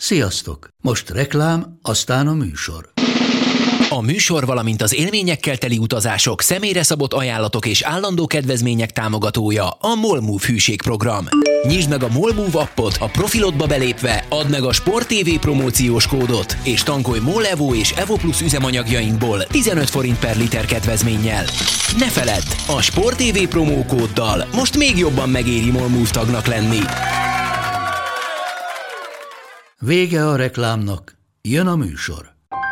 Sziasztok! Most reklám, aztán a műsor. A műsor, valamint az élményekkel teli utazások, személyre szabott ajánlatok és állandó kedvezmények támogatója a MOL Move hűségprogram. Nyisd meg a MOL Move appot, a profilodba belépve add meg a Sport TV promóciós kódot, és tankolj MOL Evo és Evo Plus üzemanyagjainkból 15 forint per liter kedvezménnyel. Ne feledd, a Sport TV promókóddal most még jobban megéri MOL Move tagnak lenni. Vége a reklámnak, jön a műsor.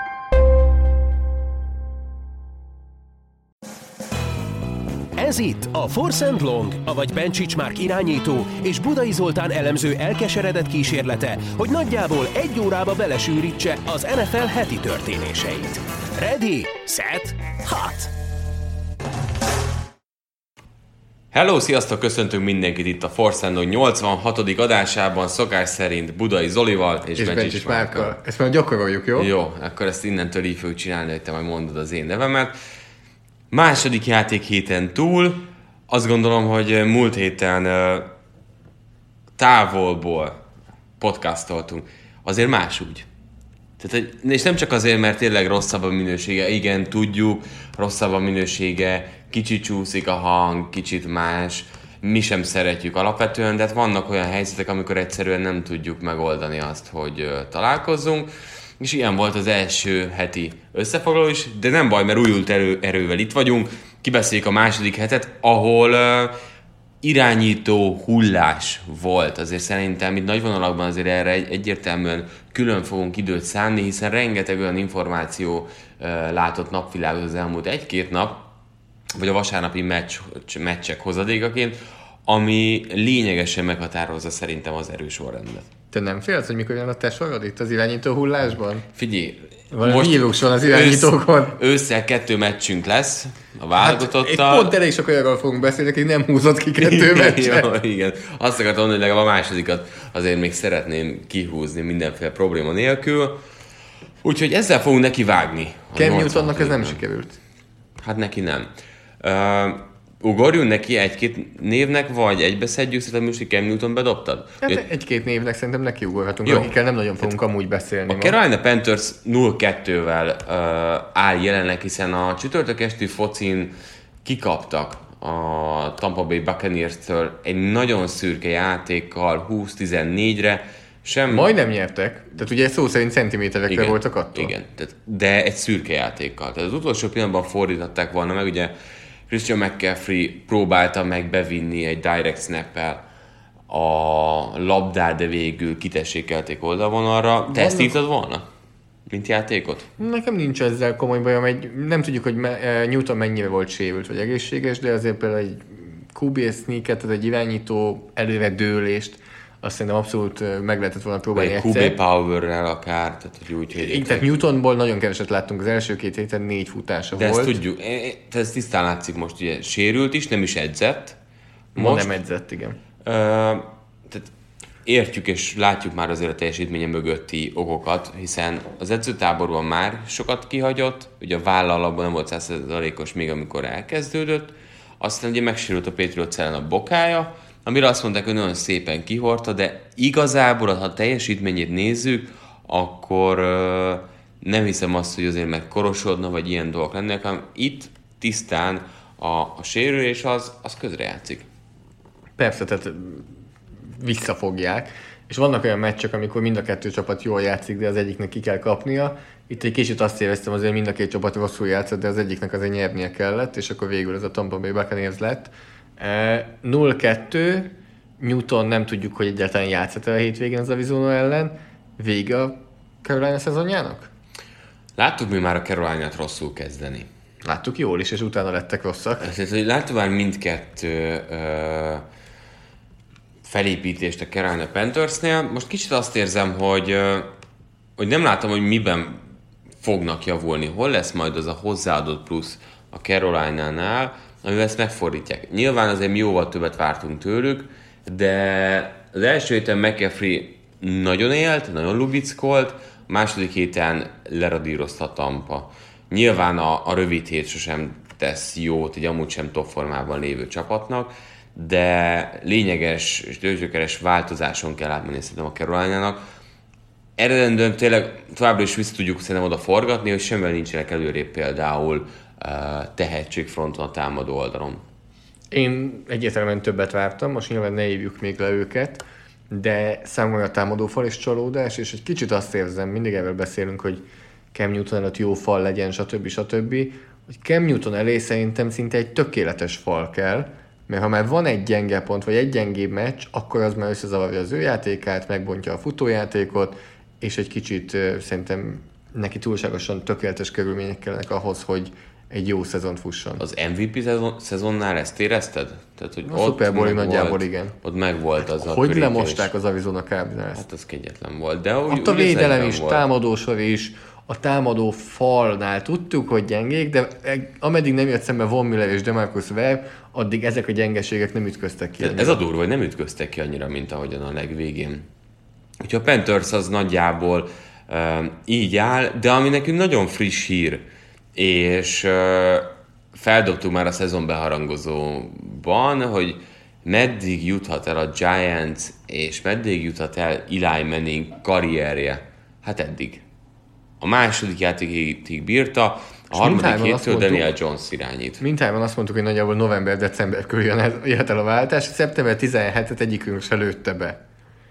Ez itt a Force & Long, avagy Bencsics Márk irányító és Budai Zoltán elemző elkeseredett kísérlete, hogy nagyjából egy órába belesűrítse az NFL heti történéseit. Ready, set, hot! Hello, sziasztok! Köszöntünk mindenkit itt a Force & Long 86. adásában, szokás szerint Budai Zolival és Bencsics Márkkal. Ezt már gyakoroljuk, jó? Jó, akkor ezt innentől így fogjuk csinálni, hogy te majd mondod az én nevemet. Második játék héten túl, azt gondolom, hogy múlt héten távolból podcastoltunk. Azért más úgy. Tehát, és nem csak azért, mert tényleg rosszabb a minősége. Igen, tudjuk, rosszabb a minősége, kicsit csúszik a hang, kicsit más. Mi sem szeretjük alapvetően, de hát vannak olyan helyzetek, amikor egyszerűen nem tudjuk megoldani azt, hogy találkozzunk. És ilyen volt az első heti összefoglaló is, de nem baj, mert újult erővel itt vagyunk. Kibeszéljük a második hetet, ahol irányító hullás volt. Azért szerintem itt nagy vonalakban azért erre egyértelműen külön fogunk időt szánni, hiszen rengeteg olyan információ látott napvilágot az elmúlt egy-két nap, vagy a vasárnapi meccsek hozadékaként, ami lényegesen meghatározza szerintem az erős sorrendet. Te nem félsz, hogy mikor jön a te sorod itt az irányító hullásban? Figyelj, most vírus van az irányítókon. Ősszel 2 meccsünk lesz a válogatottal. Hát, pont elég sok olyanról fogunk beszélni, aki nem húzott ki 2 meccset. Jó, igen. Azt akartam mondani, hogy legalább a másodikat azért még szeretném kihúzni mindenféle probléma nélkül. Úgyhogy ezzel fogunk neki vágni. Cam Newtonnak ez nem sikerült. Hát neki nem. Ugorjunk neki egy-két névnek, vagy egybeszedjük, szerintem most, hogy Cam Newton bedobtad? Hát egy-két névnek szerintem neki ugorhatunk, akikkel nem nagyon fogunk amúgy beszélni. A Carolina Panthers 0-2-vel áll jelenleg, hiszen a csütörtök esti focin kikaptak a Tampa Bay Buccaneers-től egy nagyon szürke játékkal 20-14-re. Majdnem nyertek, tehát ugye szó szerint centiméterekre voltak attól. Igen, de egy szürke játékkal. Tehát az utolsó pillanatban fordították volna meg, ugye Christian McCaffrey próbálta meg bevinni egy direct snap-el a labdát, de végül kitessékelték oldalvonalra. Te ezt írtad volna? Mint játékot? Nekem nincs ezzel komoly bajom. Nem tudjuk, hogy Newton mennyire volt sérült vagy egészséges, de azért például egy QB sneaket, tehát egy irányító előre dőlést, azt szerintem abszolút meg lehetett volna próbálni egyszer. QB powerrel akár, tehát hogy úgy tehát Newtonból nagyon keveset láttunk az első 2 héten, 4 futása de volt. De ezt tudjuk, ez tisztán látszik most, ugye sérült is, nem is edzett. Most nem edzett, igen. Tehát értjük és látjuk már azért a teljesítménye mögötti okokat, hiszen az edzőtáborban már sokat kihagyott, ugye a vállalapban nem volt 100%-os még amikor elkezdődött, aztán ugye megsérült a Patriots ellen a bokája, amire azt mondták, hogy nagyon szépen kihordta, de igazából, ha a teljesítményét nézzük, akkor nem hiszem azt, hogy azért megkorosodna, vagy ilyen dolgok lennének, hanem itt tisztán a sérülés az közrejátszik. Persze, tehát visszafogják, és vannak olyan meccsek, amikor mind a 2 csapat jól játszik, de az egyiknek ki kell kapnia. Itt egy kicsit azt éreztem, azért mind a 2 csapat rosszul játszott, de az egyiknek azért nyernie kellett, és akkor végül ez a Tampa Bay Buccaneers lett. 0-2, Newton nem tudjuk, hogy egyáltalán játszhat-e a hétvégén az Arizona ellen. Vége a Carolina szezonjának? Láttuk mi már a Carolinát rosszul kezdeni. Láttuk jól is, és utána lettek rosszak. Láttuk már mindkettő felépítést a Carolina Panthersnél. Most kicsit azt érzem, hogy nem látom, hogy miben fognak javulni. Hol lesz majd az a hozzáadott plusz a Carolinánál, amivel ezt megfordítják. Nyilván azért mi jóval többet vártunk tőlük, de az első héten McCaffrey nagyon élt, nagyon lubickolt, a második héten leradírozta a Tampa. Nyilván a rövid hét sosem tesz jót egy amúgy sem top formában lévő csapatnak, de lényeges és gyökeres változáson kell átmenni szerintem a Carolinának. eredendően tényleg továbbra is vissza tudjuk szerintem oda forgatni, hogy semmivel nincsenek előrébb például tehetségfronton a támadó oldalon. Én egyértelműen többet vártam, most nyilván ne hívjuk még le őket, de számomra a támadófal is csalódás, és egy kicsit azt érzem, mindig erről beszélünk, hogy Cam Newton előtt jó fal legyen, stb. Hogy Cam Newton elé szerintem szinte egy tökéletes fal kell, mert ha már van egy gyenge pont, vagy egy gyengébb meccs, akkor az már összezavarja az ő játékát, megbontja a futójátékot, és egy kicsit szerintem neki túlságosan tökéletes körülmények kellenek ahhoz, hogy egy jó szezont fusson. Az MVP szezonnál ezt érezted? Tehát, hogy a Super Bowl nagyjából igen. Ott megvolt az a hogy lemosták az Arizona Cardinals. Hát az kegyetlen volt. De ott a védelem is, támadósor is, a támadó falnál tudtuk, hogy gyengék, de ameddig nem jött szembe Von Miller és DeMarcus Ware, addig ezek a gyengeségek nem ütköztek ki. Ez a durva, hogy nem ütköztek ki annyira, mint ahogyan a legvégén. Úgyhogy a Panthers az nagyjából így áll, de ami nekünk nagyon friss hír, és feldobtuk már a szezon beharangozóban, hogy meddig juthat el a Giants, és meddig juthat el Eli Manning karrierje. Hát eddig. A második játékig bírta, a harmadik héttől Daniel Jones irányít. Mindhárman azt mondtuk, hogy nagyjából november-december körül jöhet el a váltás, szeptember 17-et egyikünk se lőtte be.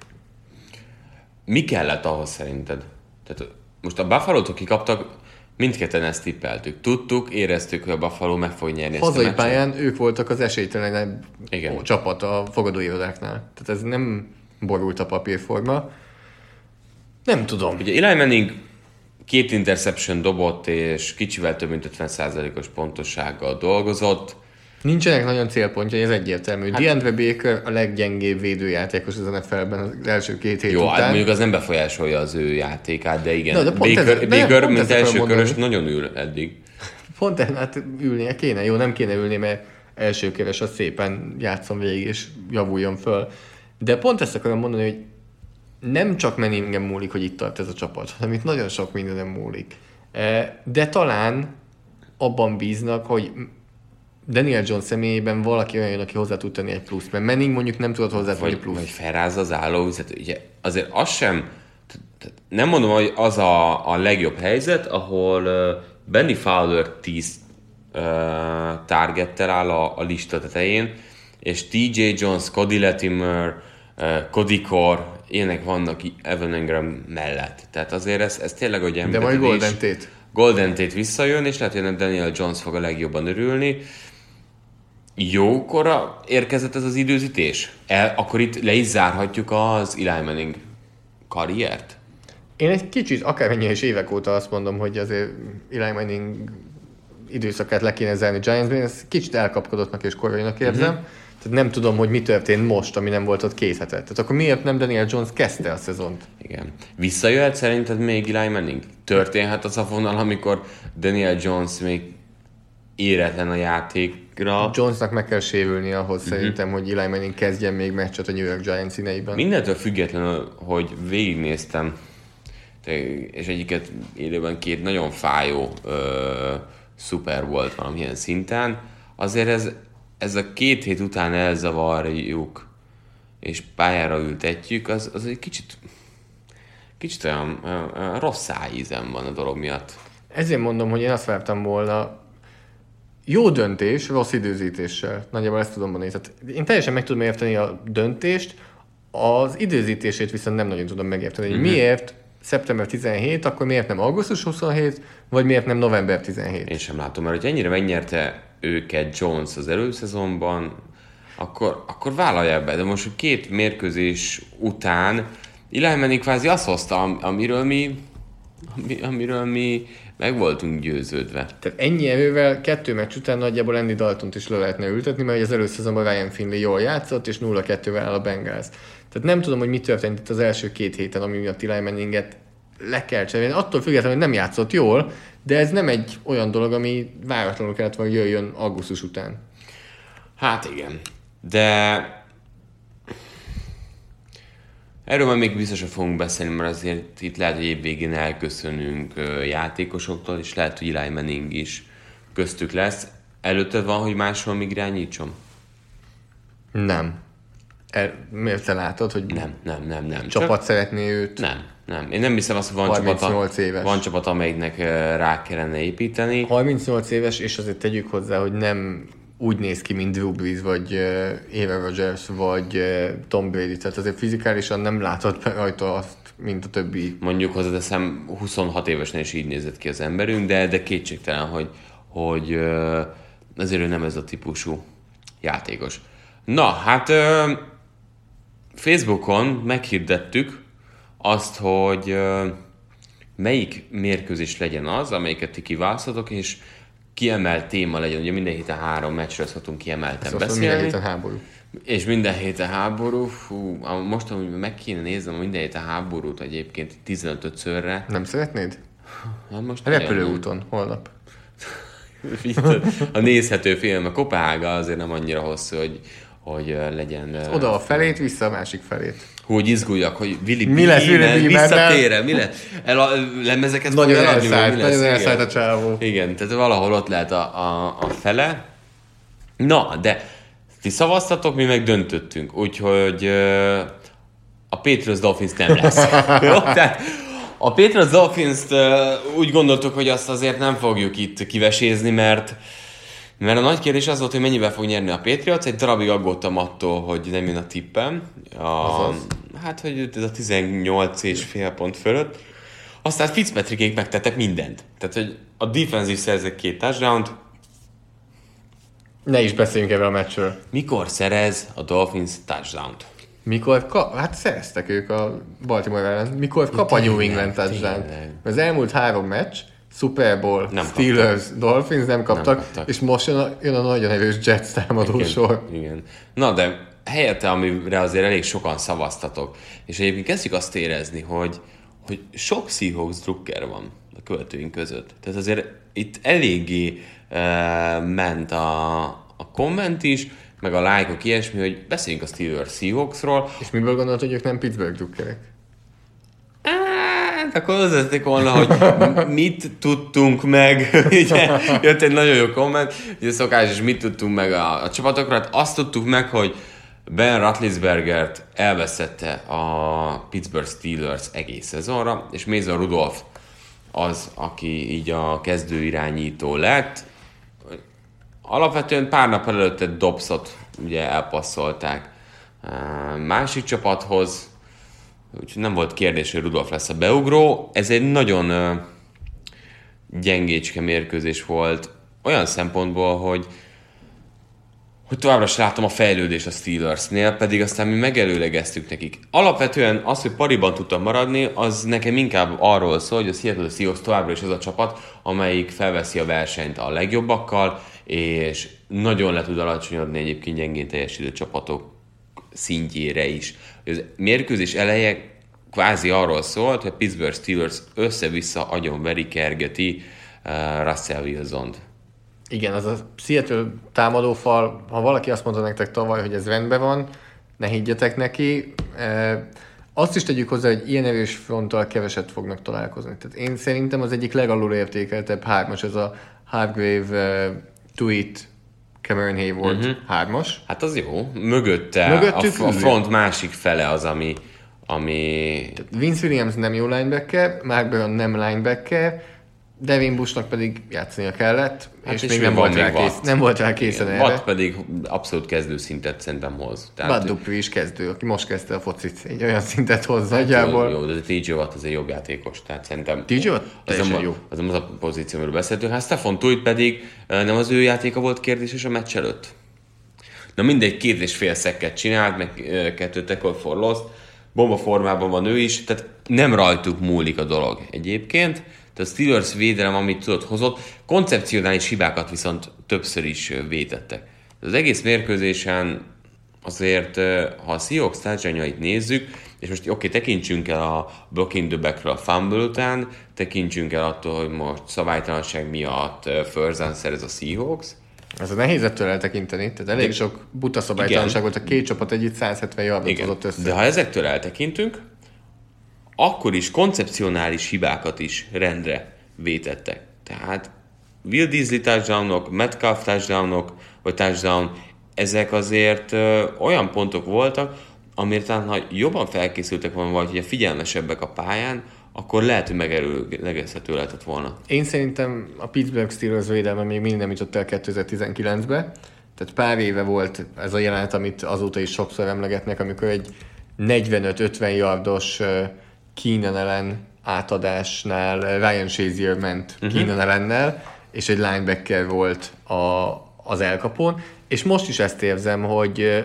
Mi kellett ahhoz szerinted? Tehát most a Buffalo-tól kikaptak, mindketten ezt tippeltük. Tudtuk, éreztük, hogy a Buffalo meg fog nyerni ezt a meccset. Hazai pályán ők voltak az esélytelenebb csapat a fogadóirodáknál. Tehát ez nem borult a papírforma. Nem tudom. Ugye Eli Manning 2 interception dobott, és kicsivel több mint 50%-os pontossággal dolgozott. Nincsenek nagyon célpontjai, ez egyértelmű. Hát, DeAndre Baker a leggyengébb védőjátékos az NFL-ben az első 2 hét után. Jó, hát mondjuk az nem befolyásolja az ő játékát, de igen. No, de Baker mint első körös nagyon ül eddig. Pont hát ülnie kéne. Jó, nem kéne ülni, mert első keres az szépen játszom végig, és javuljon föl. De pont ezt akarom mondani, hogy nem csak Manningen múlik, hogy itt tart ez a csapat, hanem itt nagyon sok mindenem múlik. De talán abban bíznak, hogy Daniel Jones személyében valaki olyan, aki hozzá tud tenni egy pluszt, mert Manning mondjuk nem tudott hozzátenni pluszt. Vagy felráz az állóvizet. Ugye azért az sem, nem mondom, hogy az a legjobb helyzet, ahol Benny Fowler 10 targettel áll a lista tetején, és TJ Jones, Cody Latimer, Cody Core, ilyenek vannak Evan Engram mellett. Tehát azért ez tényleg, hogy de majd Golden Tate visszajön, és lehet, hogy Daniel Jones fog a legjobban örülni. Jókora érkezett ez az időzítés? Akkor itt le is zárhatjuk az Eli Manning karriert? Én egy kicsit, akármennyire is évek óta azt mondom, hogy azért Eli Manning időszakát le kéne zárni Giantsben, ez kicsit elkapkodottnak és korainak érzem. Tehát nem tudom, hogy mi történt most, ami nem volt ott 2 hetet. Tehát akkor miért nem Daniel Jones kezdte a szezont? Igen. Visszajöhet szerinted még Eli Manning? Történhet az a vonal, amikor Daniel Jones még éretlen a játékra? Jonesnak meg kell sérülni ahhoz szerintem, hogy Eli Manning kezdjen még meccset a New York Giants színeiben. Mindentől függetlenül, hogy végignéztem, és egyiket élőben 2 nagyon fájó szuper volt valamilyen szinten, azért ez a 2 hét után elzavarjuk, és pályára ültetjük, az egy kicsit olyan rossz szájízem van a dolog miatt. Ezért mondom, hogy én azt vártam volna, jó döntés, rossz időzítéssel. Nagyjából ezt tudom mondani. Tehát én teljesen meg tudom érteni a döntést, az időzítését viszont nem nagyon tudom megérteni. Miért szeptember 17, akkor miért nem augusztus 27, vagy miért nem november 17? Én sem látom, mert hogy ennyire megnyerte őket Jones az előszezonban, akkor vállalja be. De most 2 mérkőzés után Eli Manning kvázi azt hozta, amiről mi meg voltunk győződve. Tehát ennyi erővel 2 meccs után nagyjából Andy Daltont is le lehetne ültetni, mert az előszezonban Ryan Finley jól játszott, és 0-2-vel áll a Bengals. Tehát nem tudom, hogy mi történt itt az első 2 héten, ami miatt Eli Manninget le kell cserélni. Attól függetlenül, hogy nem játszott jól, de ez nem egy olyan dolog, ami váratlanul kellett volna jöjjön augusztus után. Hát igen, de erről már még biztosan fogunk beszélni, mert azért itt lehet, hogy évvégén elköszönünk játékosoktól, és lehet, hogy Eli Manning is köztük lesz. Előtted van, hogy máshol még irányítson? Nem. Miért te látod, hogy Nem. csapat szeretné őt? Nem. Én nem hiszem azt, hogy 38 éves. Van csapat, amelyiknek rá kellene építeni. 38 éves, és azért tegyük hozzá, hogy nem úgy néz ki, mint Drew Brees, vagy Aaron Rodgers, vagy Tom Brady. Tehát azért fizikálisan nem látod rajta azt, mint a többi. Mondjuk hozzáteszem, 26 évesen is így nézett ki az emberünk, de kétségtelen, hogy azért ő nem ez a típusú játékos. Na, hát Facebookon meghirdettük azt, hogy melyik mérkőzés legyen az, amelyiket ti kiválasztatok, és kiemelt téma legyen. Ugye minden héten 3 meccsről szoktunk kiemelten beszélni. Minden héten háború. És minden héten háború. Fú, most, hogy meg kéne néznem a minden héten háborút egyébként 15-szörre. Nem szeretnéd? Hát most repülőúton, holnap. A nézhető film, a Kopenhága azért nem annyira hosszú, hogy legyen... Oda a felét, vissza a másik felét. Hogy izguljak, hogy Willy mi lesz visszatér-e, mi lesz? Lemezeket nagyon fog eladni, nagyon elszállt a csávó. Igen, tehát valahol ott lehet a fele. Na, de ti szavaztatok, mi meg döntöttünk, úgyhogy a Patriots Dolphins nem lesz. Jó? Tehát a Patriots Dolphins-t úgy gondoltuk, hogy azt azért nem fogjuk itt kivesézni, mert a nagy kérdés az volt, hogy mennyivel fog nyerni a Patriots. Egy darabig aggódtam attól, hogy nem jön a tippem. Hát, hogy ez a 18,5 pont fölött. Aztán Fitzpatrickék megtettek mindent. Tehát, hogy a defensív szerzett 2 touchdownt. Ne is beszéljünk ebben a meccsről. Mikor szerez a Dolphins touchdownt? Hát szereztek ők a Baltimore ellen. Mikor kap a New England touchdown? Az elmúlt 3 meccs, Super Bowl, nem Steelers, kaptak. Dolphins nem kaptak, és most jön a nagyon erős Jets támadósor. Igen. Na de helyette, amire azért elég sokan szavaztatok, és egyébként kezdjük azt érezni, hogy sok Seahawks drukker van a követőink között. Tehát azért itt eléggé ment a komment is, meg a lájkok ilyesmi, hogy beszéljünk a Steelers Seahawksról. És miből gondolod, hogy ők nem Pittsburgh drukkerek? Hát akkor hozzátették volna, hogy mit tudtunk meg. Ugye, jött egy nagyon jó komment, ugye szokás, és mit tudtunk meg a csapatokra. Hát azt tudtuk meg, hogy Ben Roethlisbergert elveszette a Pittsburgh Steelers egész szezonra, és Mason Rudolph az, aki így a kezdő irányító lett. Alapvetően pár nap előtte Dobbsot ugye elpasszolták másik csapathoz, úgyhogy nem volt kérdés, hogy Rudolph lesz a beugró. Ez egy nagyon gyengécske mérkőzés volt olyan szempontból, hogy továbbra sem láttam a fejlődést a Steelersnél, pedig aztán mi megelőlegeztük nekik. Alapvetően az, hogy pariban tudtam maradni, az nekem inkább arról szól, hogy a Seattle Seahawks továbbra is az a csapat, amelyik felveszi a versenyt a legjobbakkal, és nagyon le tud alacsonyodni egyébként gyengén teljesítő csapatok szintjére is. Az mérkőzés eleje kvázi arról szólt, hogy a Pittsburgh Steelers össze-vissza agyonveri, kergeti Russell Wilsont. Igen, az a Seattle támadófal, ha valaki azt mondta nektek tavaly, hogy ez rendben van, ne higgyetek neki. Azt is tegyük hozzá, hogy ilyen erős fronttal keveset fognak találkozni. Tehát én szerintem az egyik legalul értékeltebb 3-as, ez a Hargrave, Tuitt, Cameron Hayward 3-as. Hát az jó. Mögötte a front másik fele az, ami... Tehát Vince Williams nem jó linebacker, Mark Brown nem linebacker, Devin Bushnak pedig játszania kellett, hát és még nem volt rá készen erre. Watt pedig abszolút kezdőszintet szerintem hoz. Bud Dupree is kezdő, aki most kezdte a focit, egy olyan szintet hoz nagyjából. Jó, de TJ Watt az egy jobb játékos, tehát szerintem... TJ Watt? Teljesen jó. Az nem az a pozíció, amiről beszéltünk. Hát Stephon Tuitt pedig nem az ő játéka volt kérdéses a meccs előtt. Na mindegy, 2,5 szekket csinált, meg 2 tackle for loss, bomba formában van ő is, tehát nem rajtuk múlik a dolog egyébként. Tehát a Steelers védelem, amit tudott, hozott, koncepcionális hibákat viszont többször is vétettek. Az egész mérkőzésen azért, ha a Seahawks touchdownjait nézzük, és most oké, tekintsünk el a blocking the backről a fumble után, tekintsünk el attól, hogy most szabálytalanság miatt first down szerez a Seahawks. Ez a nehéz ettől eltekinteni, tehát elég sok buta szabálytalanság volt, a két csapat együtt 170 yardot hozott össze. De ha ezektől eltekintünk, akkor is koncepcionális hibákat is rendre vétettek. Tehát Will Disley touchdownok, Metcalf touchdownok, vagy touchdown ezek azért olyan pontok voltak, amire talán, ha jobban felkészültek volna, vagy hogy figyelmesebbek a pályán, akkor lehet, hogy megelőlegezhető lehetett volna. Én szerintem a Pittsburgh Steelers védelme még mindig nem jutott el 2019-be. Tehát pár éve volt ez a jelenet, amit azóta is sokszor emlegetnek, amikor egy 45-50 yardos Keenan Allen átadásnál Ryan Shazier ment Keenan Allennel, és egy linebacker volt az elkapón, és most is ezt érzem, hogy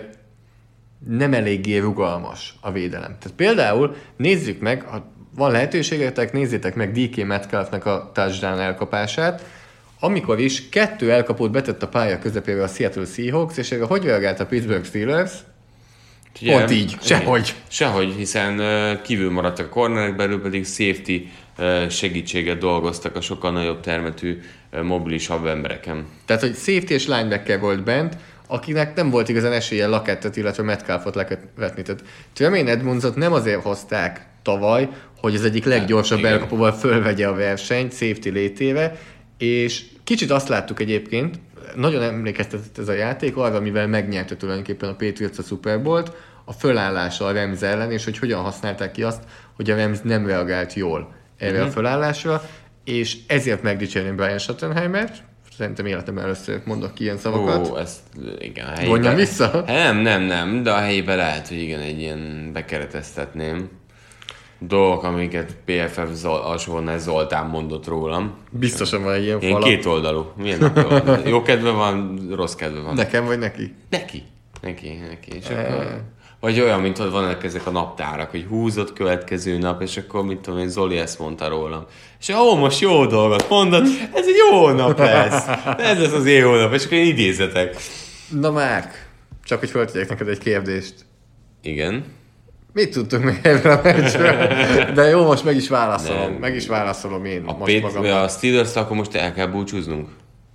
nem eléggé rugalmas a védelem. Tehát például nézzük meg, ha van lehetőségetek, nézzétek meg DK Metcalfnek a touchdown elkapását, amikor is 2 elkapót betett a pálya közepére a Seattle Seahawks, és erre hogy reagált a Pittsburgh Steelers? Ugye, pont így, sehogy. Sehogy, hiszen kívül maradtak a cornerek, belül pedig safety segítséget dolgoztak a sokkal nagyobb termetű mobilisabb embereken. Tehát, hogy safety és linebacker volt bent, akinek nem volt igazán esélye Lackettet, illetve Metcalfot levetni. Tehát Tremaine Edmundsot nem azért hozták tavaly, hogy az egyik leggyorsabb elkapóval fölvegye a versenyt safety létére, és kicsit azt láttuk egyébként, nagyon emlékeztetett ez a játék arra, amivel megnyerte tulajdonképpen a Patriots a Super Bowl-t, a fölállása a Rams ellen, és hogy hogyan használták ki azt, hogy a Rams nem reagált jól erre a fölállásra, és ezért megdicsérném Brian Schottenheimert. Szerintem életemben először mondok ki ilyen szavakat. Ó, ezt igen. Vonjam vissza? Nem, de a helyébe lehet, hogy igen, egy ilyen bekereteztetném. Dolgok, amiket PFF alsóvonás Zoltán mondott rólam. Biztosan van egy ilyen fala. Én kétoldalú. Milyen napja? Jó kedve van, rossz kedve van. Nekem vagy neki? Neki. És akkor... Vagy olyan, mint hogy vannak ezek a naptárak, hogy húzott következő nap, és akkor, mit tudom én, Zoli ezt mondta rólam. És most jó dolgot mondod, ez egy jó nap lesz. Ez lesz az jó nap, és akkor én idézetek. Na Márk, csak hogy feltegyek neked egy kérdést. Igen. Mit tudtunk meg ebben a meccsről? De jó, most meg is válaszolom én most magam. A Steelers-t akkor most el kell búcsúznunk?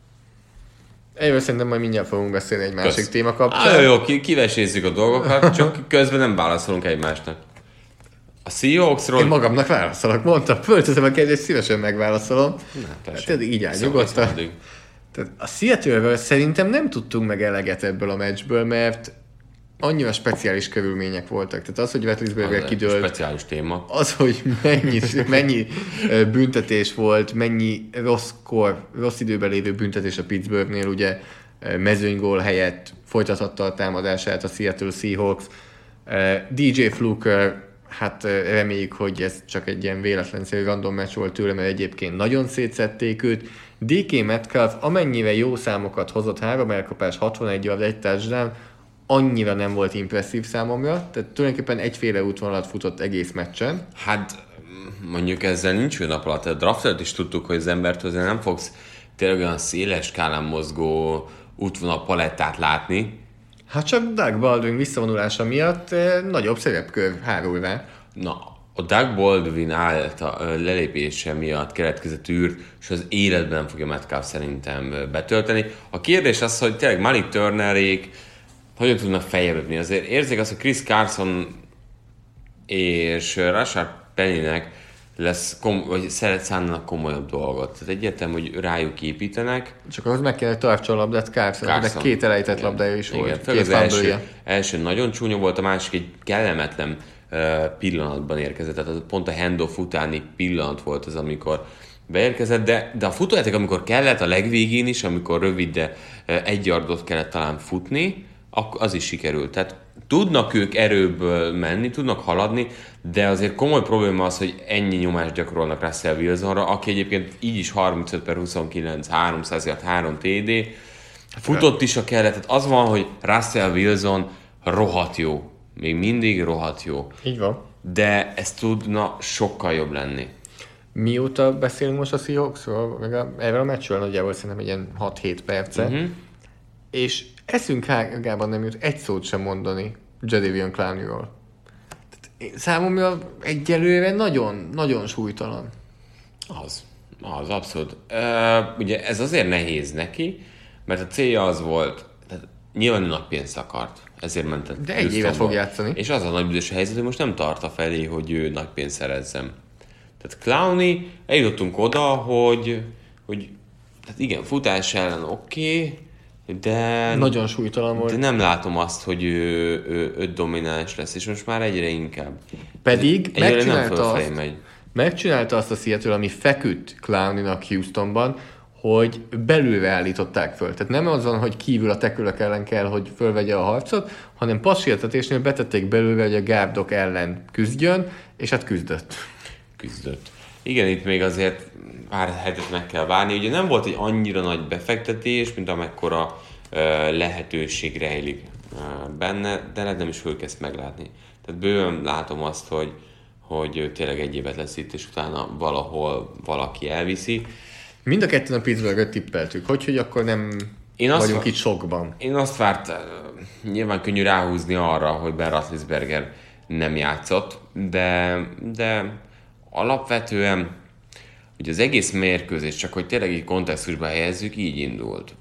Erről szerintem majd mindjárt fogunk beszélni egy másik téma kapcsán. Jó, kivesézzük a dolgokat, csak közben nem válaszolunk egymásnak. A Seahawksról... Én magamnak válaszolok, mondtam, fölteszem a kérdést, szívesen megválaszolom. Tehát így áll nyugodtan. Tehát a Seattle-ről szerintem nem tudtunk meg eleget ebből a meccsből, mert annyira speciális körülmények voltak. Tehát az, hogy Roethlisberger kidőlt, speciális téma. Az, hogy mennyi büntetés volt, mennyi rossz időben lévő büntetés a Pittsburghnél, ugye mezőnygól helyett folytathatta a támadását a Seattle Seahawks. DJ Fluker, hát reméljük, hogy ez csak egy ilyen véletlenszerű random meccs volt tőle, mert egyébként nagyon szétszették őt. DK Metcalf amennyire jó számokat hozott, 3 elkapás, 61 yard, 1 touchdown, annyira nem volt impresszív számomra, tehát tulajdonképpen egyféle útvonalat futott egész meccsen. Hát mondjuk ezzel nincs nap alatt. A draftot is tudtuk, hogy az embert azért nem fogsz tényleg olyan széles skálán mozgó útvonal palettát látni. Hát csak Doug Baldwin visszavonulása miatt nagyobb szerepkör hárul rá. Na, a Doug Baldwin lelépése miatt keletkezett űrt, és az életben nem fogja Metcalf szerintem betölteni. A kérdés az, hogy tényleg Malik Turnerék hogyan tudnak feljebb lépni. Azért érzék azt, hogy Chris Carson és Rashard Pennynek vagy szánnak komolyabb dolgot. Tehát egyértelmű, hogy rájuk építenek. Csak ahhoz meg kellett tartsa a labdát Carson, de 2 elejtett labdája is volt. Igen, az első nagyon csúnya volt, a másik egy kellemetlen pillanatban érkezett. Tehát pont a handoff utáni pillanat volt az, amikor beérkezett, de a futójáték, amikor kellett, a legvégén is, amikor rövid, de 1 yardot kellett talán futni, az is sikerült. Tehát tudnak ők erőből menni, tudnak haladni, de azért komoly probléma az, hogy ennyi nyomást gyakorolnak Russell Wilsonra, aki egyébként így is 35/29, 300 yard, 3 TD, futott is a kellett. Tehát az van, hogy Russell Wilson rohadt jó. Még mindig rohadt jó. Így van. De ez tudna sokkal jobb lenni. Mióta beszélünk most a Seahawksról, meg erről a meccsről nagyjából szerintem egy ilyen 6-7 perce, és eszünk hágában nem jut egy szót sem mondani Jadeveon Clowneyról. Számomra egyelőre nagyon, nagyon súlytalan. Az abszolút. Ugye ez azért nehéz neki, mert a célja az volt, tehát nyilván nagy pénzt akart, ezért ment. De 1 évet fog játszani. És az a nagy büdös helyzet, hogy most nem tart a felé, hogy ő nagy pénzt szerezzem. Tehát Clowney, eljutottunk oda, hogy tehát igen, futás ellen oké, De nagyon súlytalan volt. De nem látom azt, hogy ő domináns lesz, és most már egyre inkább. Pedig megy. megcsinálta azt a Seattle, ami feküdt Clowninak Houstonban, hogy belülre állították föl. Tehát nem az van, hogy kívül a tekülök ellen kell, hogy fölvegye a harcot, hanem passzsértetésnél betették belülre, hogy a gárdok ellen küzdjön, és hát küzdött. Igen, itt még azért pár hetet meg kell várni. Ugye nem volt egy annyira nagy befektetés, mint amekkora lehetőség rejlik benne, de nem is fogjuk ezt meglátni. Tehát bőven látom azt, hogy tényleg egy évet lesz itt, és utána valahol valaki elviszi. Mind a ketten a Pittsburghet tippeltük. Hogy akkor nem vagyunk itt sokban. Én azt várt, nyilván könnyű ráhúzni arra, hogy Ben Roethlisberger nem játszott, de alapvetően ugye az egész mérkőzés, csak hogy tényleg így kontextusba helyezzük, így indult.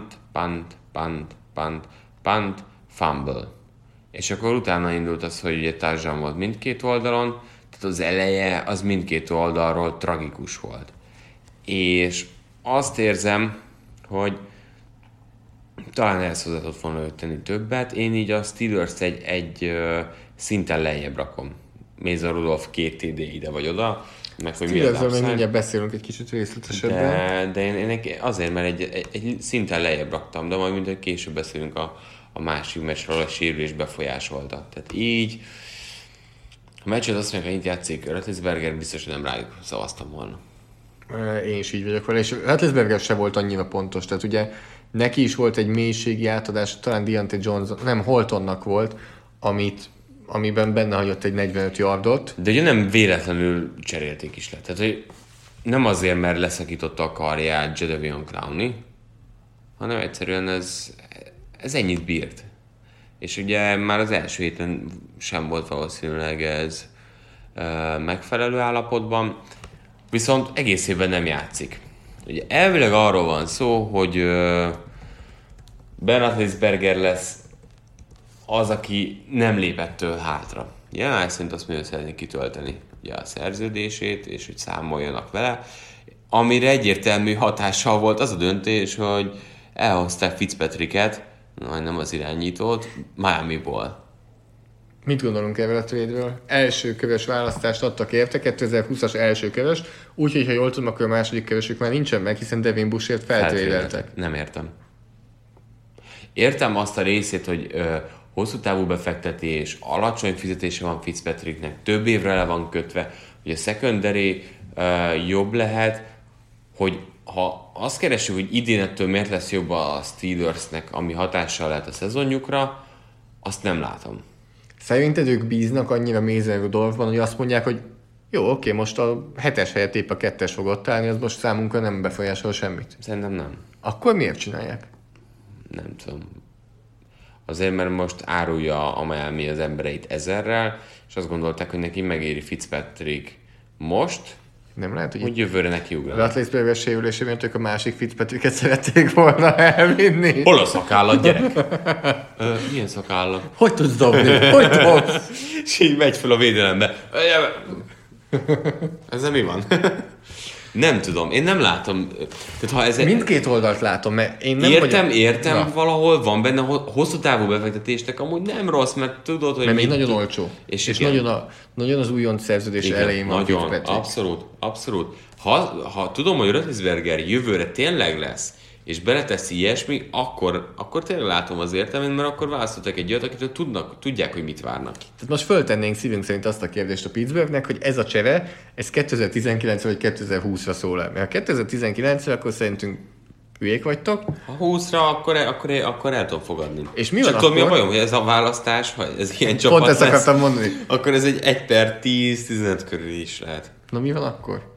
Punt, fumble. És akkor utána indult az, hogy ugye touchdown volt mindkét oldalon, tehát az eleje az mindkét oldalról tragikus volt. És azt érzem, hogy talán ehhez hozzá tudott volna tenni többet. Én így a Steelers egy szinten lejjebb rakom. Mason Rudolph 2 TD ide vagy oda. Steelersről még mindjárt beszélünk egy kicsit részletesebben. De én azért, mert egy szinten lejjebb raktam, de majd mindegy később beszélünk a másik meccsről, a sérülés befolyásolta. Tehát így a meccset azt mondják, hogy itt játszik Roethlisberger, biztos, hogy nem rájuk szavaztam volna. Én is így vagyok vele, és Roethlisberger se volt annyira pontos, tehát ugye neki is volt egy mélységi átadás, talán Deontay Johnson, nem, Holtonnak volt, amiben benne hagyott egy 45 yardot. De ugye nem véletlenül cserélték is le. Tehát, hogy nem azért, mert leszakította a karját Jadeveon Clowney, hanem egyszerűen ez ennyit bírt. És ugye már az első héten sem volt valószínűleg ez megfelelő állapotban, viszont egész évben nem játszik. Ugye elvileg arról van szó, hogy Ben Roethlisberger lesz az, aki nem lépett től hátra. Jelenleg szerint azt mondja, hogy szeretnék kitölteni ugye a szerződését, és hogy számoljanak vele. Amire egyértelmű hatással volt az a döntés, hogy elhozták Fitzpatricket, nem az irányítót, Miamiból. Mit gondolunk erről a trade-ről? Első körös választást adtak érte, 2020-as első körös, úgyhogy ha jól tudom, akkor a második körösük már nincsen meg, hiszen Devin Bushért feltrédeltek. Nem értem. Értem azt a részét, hogy hosszú távú befektetés, alacsony fizetése van Fitzpatricknek, több évre le van kötve, hogy a secondary jobb lehet, hogy ha azt keresünk, hogy idén ettől miért lesz jobb a Steelersnek, ami hatással lehet a szezonjukra, azt nem látom. Szerinted ők bíznak annyira Mason Rudolphban, hogy azt mondják, hogy jó, oké, most a 7-es helyett épp a 2-es fog ott állni, az most számunkra nem befolyásol semmit. Szerintem nem. Akkor miért csinálják? Nem tudom. Azért, mert most árulja a Miami az embereit 1000-rel, és azt gondolták, hogy neki megéri Fitzpatrick most, nem lehet, hogy jövőre neki ugranak. Roethlisberger sérülésében ők a másik Fitzpatricket szerették volna elvinni. Hol a szakállat, gyerek? Milyen szakállat? Hogy tudsz dobni? Hogy dobsz? És így megy fel a védelembe. Ezzel mi van? Nem tudom, én nem látom. Tehát, ha ez mindkét oldalt látom, mert én nem értem, na. Valahol van benne hosszú távú befektetésnek, amúgy nem rossz, mert tudod, hogy... Mert még nagyon olcsó. És nagyon az újonc szerződés elején van. Nagyon, abszolút. Ha tudom, hogy Roethlisberger jövőre tényleg lesz, és beleteszi ilyesmi, akkor tényleg látom az értelmét, mert akkor választottak egy olyat, akitől tudják, hogy mit várnak. Tehát most föltennénk szívünk szerint azt a kérdést a Pittsburghnek, hogy ez a csere, ez 2019 vagy 2020-ra szól el. Mert ha 2019-re, akkor szerintünk hülyék vagytok. Ha 20-ra, akkor el tudom fogadni. És mi van akkor? Mi a bajom, hogy ez a választás, ha ez ilyen csapat pont ezt akartam mondani. Akkor ez egy 1/10-15 körül is lehet. Na mi van akkor?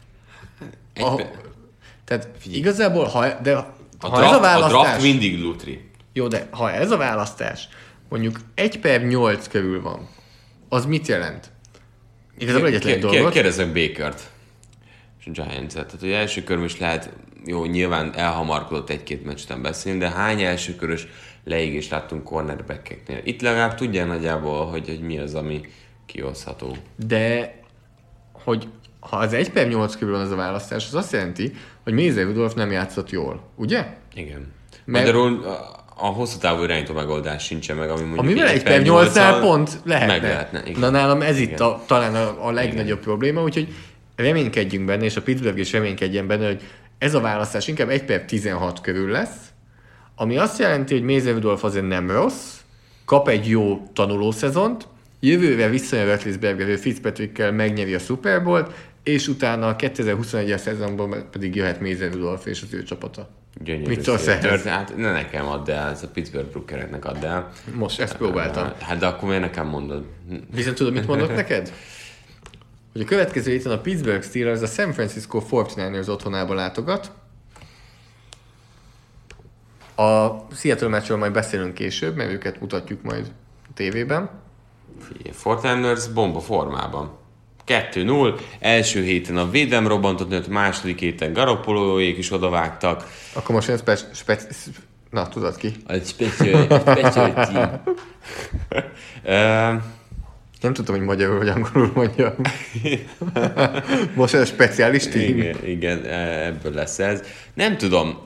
Tehát igazából, ha ez a választás... A draft mindig lutri. Jó, de ha ez a választás mondjuk 1/8 körül van, az mit jelent? Igazából egyetlen dolgot... Kérdezzek Bakert és a Giants-et. Tehát, hogy első köröm is lehet, jó, nyilván elhamarkodott egy-két meccs után beszélni, de hány első körös leégést láttunk cornerback-eknél? Itt legalább tudják nagyjából, hogy mi az, ami kihozható. De, hogy ha az 1/8 körül van az a választás, az azt jelenti, hogy Mason Rudolph nem játszott jól, ugye? Igen. Magyarul a hosszú távú irányító megoldás sincsen meg, ami mondjuk... Amivel 1/8-nál pont lehetne. Igen. Na nálam ez itt talán a legnagyobb probléma, úgyhogy reménykedjünk benne, és a Pittsburgh is reménykedjen benne, hogy ez a választás inkább 1/16 körül lesz, ami azt jelenti, hogy Mason Rudolph azért nem rossz, kap egy jó tanulószezont, jövőre visszajön Roethlisberger, Fitzpatrickkel megnyeri a Super Bowl-t, és utána a 2021-es szezonban pedig jöhet Mason Rudolph és az ő csapata. Gyönyörű. Mit szólsz ehhez? Hát ne nekem add el, ez a Pittsburgh Brookereknek add el. Most ezt próbáltam. Hát de akkor miért nekem mondod? Viszont tudod, mit mondok neked? Hogy a következő héten a Pittsburgh Steelers a San Francisco 49ers otthonába látogat. A Seattle meccsről majd beszélünk később, mert őket mutatjuk majd a tévében. Fortiners bomba formában. 2-0, első héten a védelem robbantott nőtt, második héten Garoppolóék is odavágtak. Akkor most jön na, tudod ki? A special team. Nem tudtam, hogy magyarul vagy angolul mondjam. Most ez a speciális team. Igen, ebből lesz ez. Nem tudom.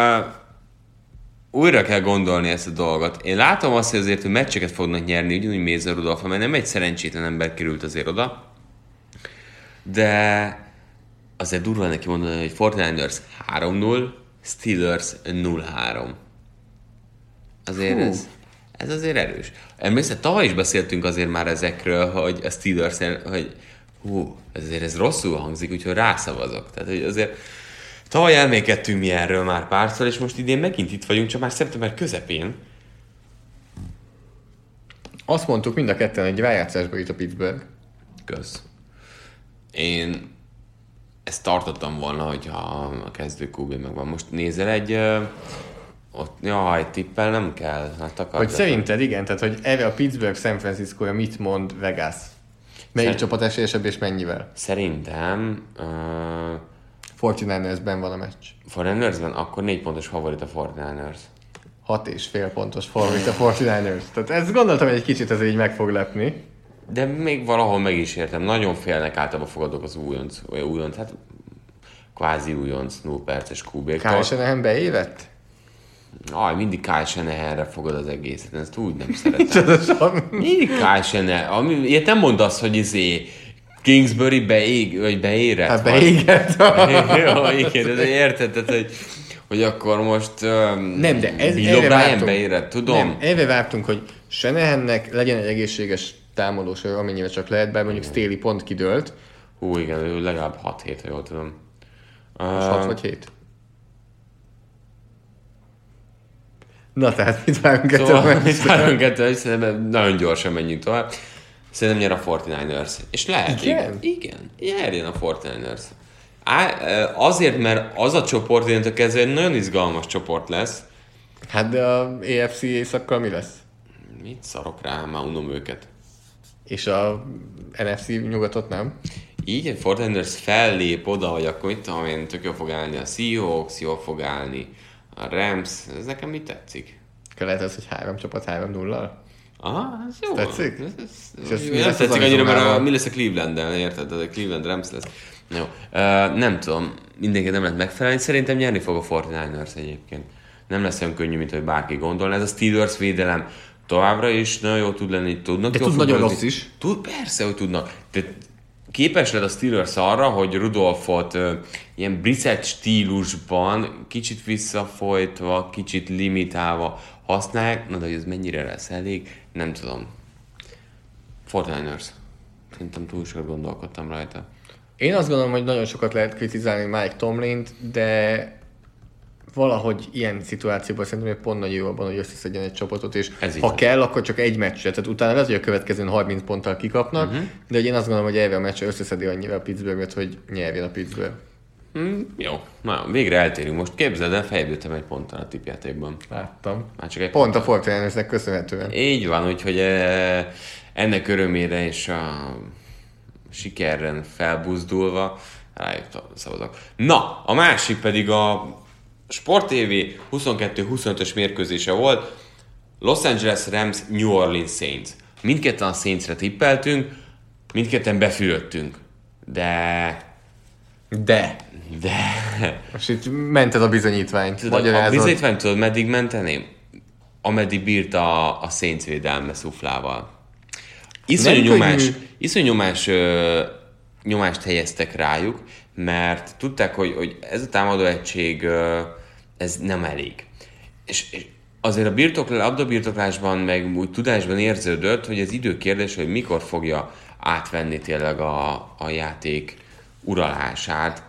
Újra kell gondolni ezt a dolgot. Én látom azt, hogy azért, hogy meccseket fognak nyerni, ugyanúgy Mason Rudolph, mert nem egy szerencsétlen ember került azért oda. De azért durva neki mondani, hogy Fortiners 3-0, Steelers 0-3. Azért ez azért erős. Emlékszel, tavaly is beszéltünk azért már ezekről, hogy a Steelers, hogy ez rosszul hangzik, úgyhogy rászavazok. Tehát, hogy azért tavaly elmékedtünk mi erről már párszor, és most idén megint itt vagyunk, csak már szeptember közepén. Azt mondtuk mind a ketten, hogy rájátszásba itt a Pittsburgh. Kösz. Én ezt tartottam volna, hogyha a kezdő QB megvan. Most nézel egy tippel nem kell. Hogy szerinted igen, tehát hogy erre a Pittsburgh San Francisco-ja mit mond Vegas? Melyik csapat esélyesebb és mennyivel? Szerintem 49ersben van a meccs. 49ersben? Akkor 4 pontos favorit a 49ers. 6,5 pontos favorit a 49ers. Tehát ezt gondoltam, hogy egy kicsit ez így meg fog lepni. De még valahol meg is értem. Nagyon félnek általában fogadok az újonc, hát kvázi újonc 0 perces QB-któl. Kyle Shanahan beévett? Mindig Kyle Shanahanre fogod az egészet, ezt úgy nem szeretem. Mindig Kyle Shanahan. Ilyet nem mondd azt, hogy Kingsbury beérett. Hát beégett. Jó, igen, érted, tehát, hogy akkor most nem, de erre vártunk. Beérett, tudom. Nem, erre vártunk, hogy Shanahannek legyen egy egészséges támadósor, amennyire csak lehet, bár mondjuk Staley pont kidőlt. Igen, ő legalább 6 hét, ha jól tudom. Most 6 vagy 7? Na tehát, mit várunk ettől? Szerintem nagyon gyorsan menjünk tovább. Szerintem nyer a 49ers. És lehet, igen, nyerjen a 49ers. Azért, mert az a csoport, én kezdve egy nagyon izgalmas csoport lesz. Hát de a AFC északkal mi lesz? Mit szarok rá, már unom őket. És a NFC nyugatot nem? Így egy 49ers fellép oda, hogy akkor mit tudom én, tök jól fog állni a Seahawks, jól fog állni a Rams, ez nekem mit tetszik? Lehet ez, hogy 3 csapat 3-0-al? Aha, ez jó. Tetszik? Nem tetszik annyira, mert mi lesz a Cleveland-del, érted? Ez a Cleveland Rams lesz. Jó. Nem tudom, mindenki nem lehet megfelelni, szerintem nyerni fog a 49ers egyébként. Nem lesz olyan könnyű, mint hogy bárki gondolna. Ez a Steelers védelem továbbra is nagyon jó tud lenni, tudnak. De tud nagyon rossz is. Persze, hogy tudnak. Képes lett a Steelers arra, hogy Rudolphot ilyen Brissett stílusban, kicsit visszafolytva, kicsit limitálva használják, na de hogy ez mennyire lesz elég, nem tudom. 49ers. Szerintem túl sokat gondolkodtam rajta. Én azt gondolom, hogy nagyon sokat lehet kritizálni Mike Tomlint, de valahogy ilyen szituációban szerintem, hogy pont nagyon jó abban, hogy összeszedjen egy csapatot, és ha kell, akkor csak egy meccsre. Tehát utána lehet, hogy a következőn 30 ponttal kikapnak, de én azt gondolom, hogy erre a meccsre összeszedi annyira a Pittsburghet, hogy nyerjen a Pittsburgh. Jó. Na, végre eltérünk. Most képzeld el, fejlődtem egy ponttal a tippjátékban. Láttam. Már csak egy pont a Fortinersnek köszönhetően. Így van, úgyhogy ennek örömére és a sikerren felbuzdulva rájuk szavazok. Na, a másik pedig a Sport TV 22-25-ös mérkőzése volt. Los Angeles Rams, New Orleans Saints. Mindketten a Saintsre tippeltünk, mindketten befülöttünk. De De. Most itt ment ez a bizonyítvány. A bizonyítvány tudod, meddig menteném? Ameddig bírt a Saints védelme szuflával. Iszonyú nyomást helyeztek rájuk, mert tudták, hogy ez a támadó egység ez nem elég. És azért a labdabirtoklásban, meg úgy tudásban érződött, hogy ez időkérdés, hogy mikor fogja átvenni tényleg a játék uralását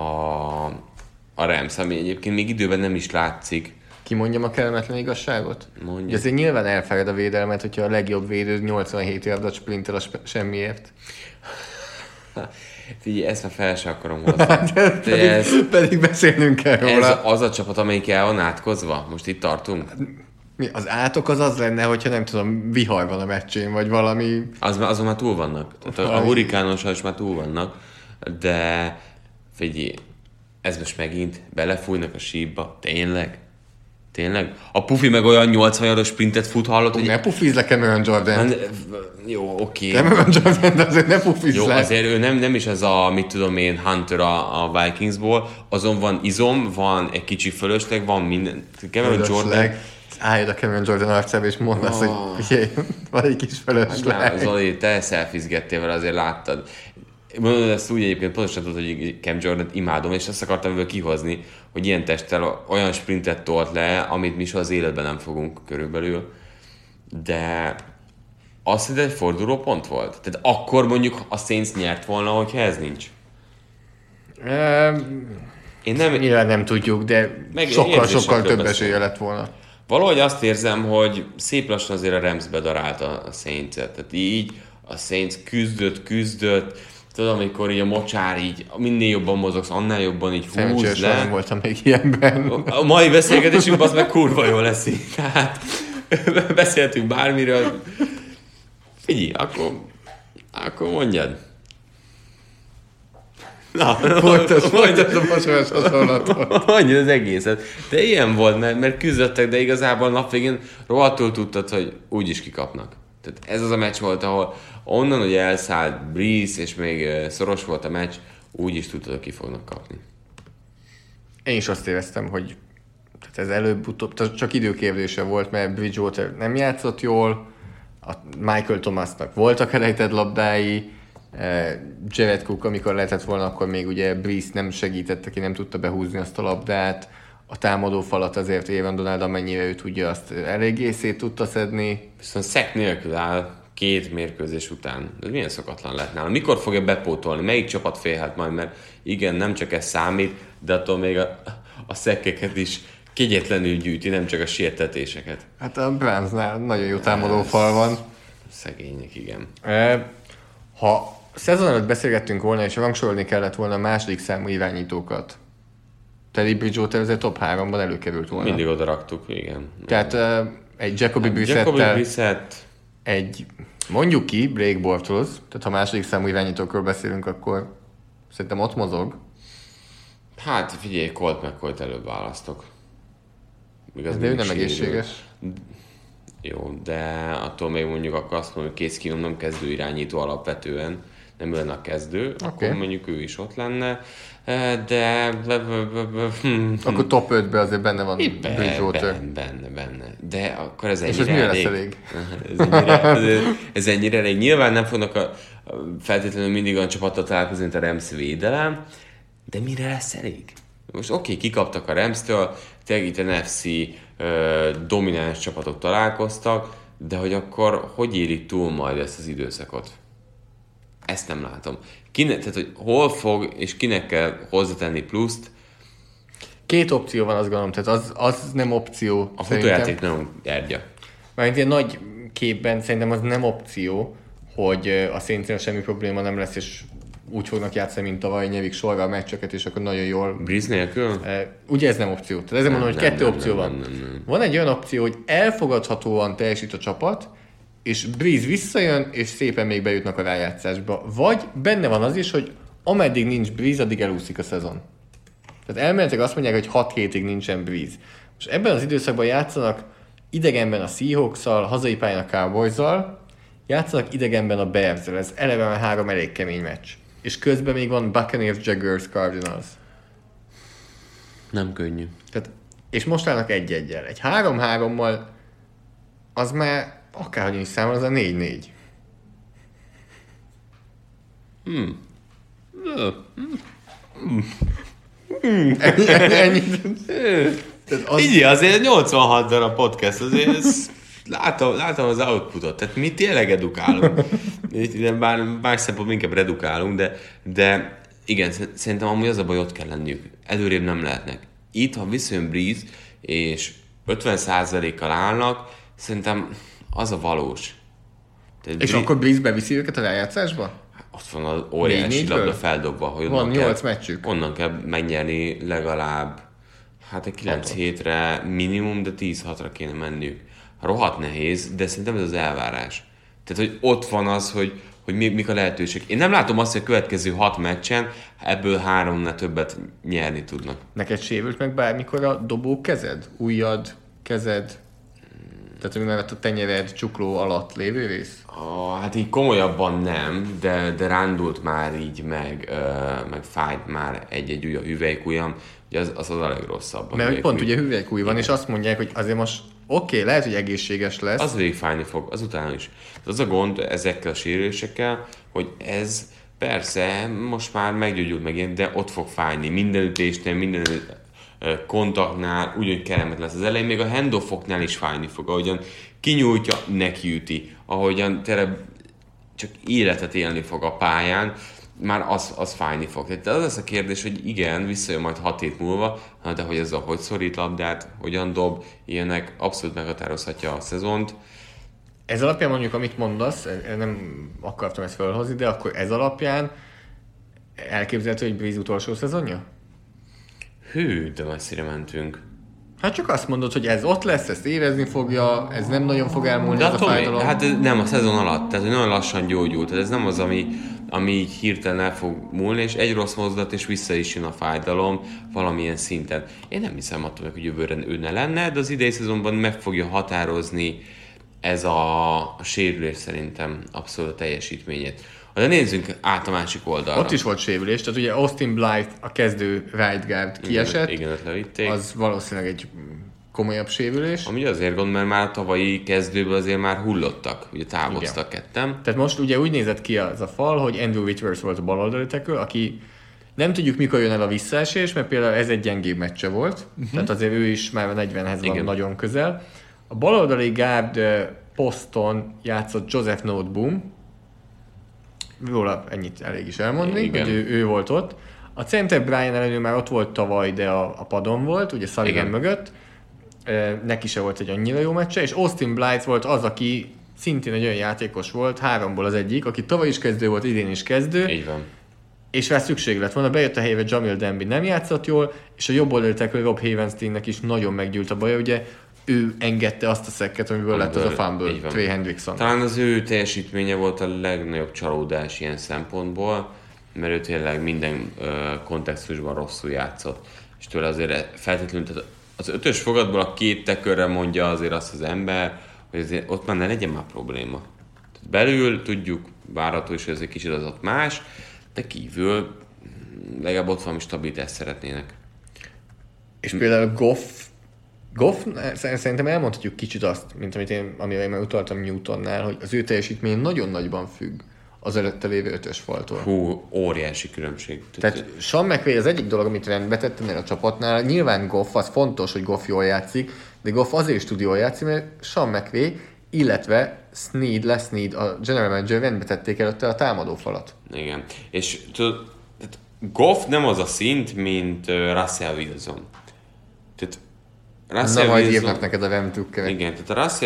a Rams, ami egyébként még időben nem is látszik. Kimondjam a kellemetlen igazságot? Mondja. Azért nyilván elfeled a védelmet, hogyha a legjobb védő 87 yardot sprintel semmiért. Figyelj, ezt már fel sem akarom hozni. Pedig beszélnünk kell róla. Ez az a csapat, amelyik el van átkozva? Most itt tartunk? Az átok az lenne, hogyha nem tudom, vihar van a meccsén, vagy valami... Azon már túl vannak. Tehát a hurikánosan is már túl vannak. De figyelj, ez most megint belefújnak a sípba. Tényleg? A Pufi meg olyan 80 yardos sprintet fut, hallott, hogy... Ne pufizd le Cameron Jordan. Jó, oké. Cameron Jordan, de azért ne pufizd jó, le. azért ő nem is az a, mit tudom én, Hunter a Vikingsból, azon van izom, van egy kicsi fölösleg, van minden. Cameron Jordan... Álljad a Cameron Jordan arcába, és mondd azt, hogy figyelj, van egy kis fölösleg. Hát, Zoli, te szelfizgettél vele, azért láttad. Mondod ezt úgy egyébként, pontosan tudod, hogy Cam Jordan-t imádom, és azt akartam ebből kihozni, hogy ilyen testtel olyan sprintet tolt le, amit mi soha az életben nem fogunk körülbelül. De azt hiszem, egy forduló pont volt. Tehát akkor mondjuk a Saints nyert volna, hogyha ez nincs. Nyilván nem tudjuk, de sokkal több esélye lett volna. Valahogy azt érzem, hogy szép lassan azért a Rams bedarálta a Saints-et. Tehát így a Saints küzdött, tudod, amikor így a mocsár így minél jobban mozogsz, annál jobban így húz le. Nem voltam még ilyenben. A mai beszélgetésünk az meg kurva jól lesz így. Tehát beszéltünk bármiről. Figyelj, akkor mondjad. Na, folytasd a mosolyos hasonlatot. Mondjad az egészet. De ilyen volt, mert küzdöttek, de igazából nap végén rohadtul tudtad, hogy úgyis kikapnak. Tehát ez az a meccs volt, ahol onnan, hogy elszállt Breeze, és még szoros volt a meccs, úgy is tudtad, hogy ki fognak kapni. Én is azt éreztem, hogy ez előbb-utóbb csak időkérdése volt, mert Bridgewater nem játszott jól, a Michael Thomasnak voltak elejtett labdái, Jared Cook, amikor lehetett volna, akkor még ugye Breeze nem segítette ki, nem tudta behúzni azt a labdát, a támadó falat azért Aaron Donald, amennyire ő tudja, azt eléggé szét tudta szedni. Viszont sack nélkül áll 2 mérkőzés után. Ez milyen szokatlan lett nála? Mikor fogja bepótolni? Melyik csapat félhet majd? Mert igen, nem csak ez számít, de attól még a sackeket is kegyetlenül gyűjti, nem csak a sértetéseket. Hát a Brownsnál nagyon jó támadó fal van. Szegények, igen. Ha szezon előtt beszélgettünk volna, és rangsorolni kellett volna a második számú irányítókat, Teddy Bridgewater azért top 3-ban előkerült volna. Mindig oda raktuk, igen. Tehát egy Jacoby Brissett, egy, mondjuk ki, Blake Bortles, tehát ha második számú irányítókról beszélünk, akkor szerintem ott mozog. Hát figyelj, Colt McCoyt előbb választok. De ő nem egészséges. Jó, de attól még mondjuk akkor azt mondom, hogy Case Keenum nem kezdő irányító alapvetően, nem ő lenne a kezdő, akkor mondjuk ő is ott lenne, de... Akkor top 5-ben azért benne van Bridgewater. Benne. De akkor ez ennyire és ez elég? Elég? ez ennyire elég. Nyilván nem fognak feltétlenül mindig olyan csapattal találkozni, mint a Rams védelem, de mire lesz elég? Most oké, kikaptak a Rams-től, tényleg itt a NFC domináns csapatok találkoztak, de hogy hogy érik túl majd ezt az időszakot? Ezt nem látom. Tehát, hogy hol fog és kinek kell hozzátenni pluszt? 2 opció van, azt gondolom, tehát az nem opció. A futójáték nem gyergya. Mert ilyen nagy képben szerintem az nem opció, hogy a Saints-nél semmi probléma nem lesz, és úgy fognak játszani, mint tavaly, nyelvik sorra a meccseket, és akkor nagyon jól... Breeze nélkül? Ugye ez nem opció. Tehát ezért mondom, hogy 2 opció van. Nem. Van egy olyan opció, hogy elfogadhatóan teljesít a csapat, és Breeze visszajön, és szépen még bejutnak a rájátszásba. Vagy benne van az is, hogy ameddig nincs Breeze, addig elúszik a szezon. Tehát elméletileg azt mondják, hogy 6 hétig nincsen Breeze. Most ebben az időszakban játszanak idegenben a Seahawks-szal, hazai pályán a Cowboys-zal, játszanak idegenben a Bears-zel. Ez eleve 3 elég kemény meccs. és közben még van Buccaneers, Jaguars, Cardinals. Nem könnyű. Tehát, és most állnak 1-1-jel. Egy 3-3-mal az már akárhogy is számol, az a 4-4. Így azért 86 darab podcast, azért látom az outputot, tehát mi tényleg edukálunk. Bár más szempontból inkább redukálunk, de igen, szerintem amúgy az a baj, ott kell lenniük. Előrébb nem lehetnek. Itt, ha visszajön Breeze, és 50%-kal állnak, szerintem az a valós. Tehát és akkor Breeze beviszi őket a rájátszásba? Ott van az óriási labda feldobva, hogy van 8 meccsük. Onnan kell megnyerni legalább egy 9 hétre minimum, de 10-6-ra kéne menniük. Rohadt nehéz, de szerintem ez az elvárás. Tehát, hogy ott van az, hogy mik a lehetőség. Én nem látom azt, hogy a következő 6 meccsen ebből 3-nál többet nyerni tudnak. Neked sérült meg bármikor a dobó kezed? Ujjad, kezed? Tehát, hogy a tenyered csukló alatt lévő rész? Hát így komolyabban nem, de rándult már így, meg fájt már egy új a hüvelykujjam, ugye az a legrosszabb. Mert pont ugye hüvelykúj van, és azt mondják, hogy azért most lehet, hogy egészséges lesz. Az végig fájni fog, azután is. Az a gond ezekkel a sérülésekkel, hogy ez persze most már meggyógyult meg ilyen, de ott fog fájni. Minden ütésnél, minden kontaktnál ugyanúgy kellemetlen lesz az elején, még a handoffoknál is fájni fog, ahogyan kinyújtja, nekiüti, ahogyan tényleg csak életet élni fog a pályán, már az fájni fog. Tehát az lesz a kérdés, hogy igen, visszajön majd 6 hét múlva, de hogy ez hogy szorít labdát, hogyan dob, ilyenek abszolút meghatározhatja a szezont. Ez alapján mondjuk, amit mondasz, nem akartam ezt felhozni, de akkor ez alapján elképzelhető, hogy Breeze utolsó szezonja? Hű, de messzire mentünk. Hát csak azt mondod, hogy ez ott lesz, ezt érezni fogja, ez nem nagyon fog elmúlni, de ez a fájdalom. Hát nem a szezon alatt, tehát nagyon lassan gyógyult. Tehát ez nem az, ami így hirtelen el fog múlni, és egy rossz mozdulat, és vissza is jön a fájdalom valamilyen szinten. Én nem hiszem attól meg, hogy jövőre ő ne lenne, de az idei szezonban meg fogja határozni ez a sérülés szerintem abszolút a teljesítményét. De nézzünk át a másik oldalra. Ott is volt sérülés, tehát ugye Austin Blythe, a kezdő right guard kiesett. Igen, levitték. Az valószínűleg egy komolyabb sérülés. Ami azért gond, mert már a tavalyi kezdőből azért már hullottak, ugye távoztak ketten. Tehát most ugye úgy nézett ki az a fal, hogy Andrew Whitworth volt a baloldali tackle, aki nem tudjuk mikor jön el a visszaesés, mert például ez egy gyengébb meccse volt, tehát azért ő is már a 40-hez van nagyon közel. A baloldali guard poszton játszott Joseph Noteboom, róla ennyit elég is elmondni, hogy ő volt ott. A center Brian Allen már ott volt tavaly, de a padon volt, ugye Sullivan mögött. Neki se volt egy annyira jó meccse, és Austin Blythe volt az, aki szintén egy olyan játékos volt, 3-ból az egyik, aki tavaly is kezdő volt, idén is kezdő. Így van. És rá szükség lett volna, bejött a helyébe Jamil Demby nem játszott jól, és a jobb oldali tackle Rob Havensteinnek is nagyon meggyűlt a baja, ugye ő engedte azt a szekket, amiből lett az a fumble, Trey Hendrickson. Talán az ő teljesítménye volt a legnagyobb csalódás ilyen szempontból, mert ő tényleg minden kontextusban rosszul játszott. És tőle azért feltétlenül, tehát az 5-ös fogadból a 2 tekörre mondja azért azt az ember, hogy azért ott már ne legyen már probléma. Tehát belül tudjuk, várható is, hogy ez egy kicsit az ott más, de kívül legalább ott valami stabilitást szeretnének. És például Goff, szerintem elmondhatjuk kicsit azt, mint amire én már utaltam Newtonnál, hogy az ő teljesítmény nagyon nagyban függ az előtte lévő 5-ös faltól. Hú, óriási különbség. Tehát Sean McVay az egyik dolog, amit rendbe tettem a csapatnál, nyilván Goff, az fontos, hogy Goff jól játszik, de Goff azért is tud jól játszani, mert Sean McVay, illetve Les Snead, a general manager rendbe tették előtte a támadó falat. Igen. És tudod, Goff nem az a szint, mint Russell Wilson. Tehát Russell majd írnak neked a Remtukkeret. Igen, tehát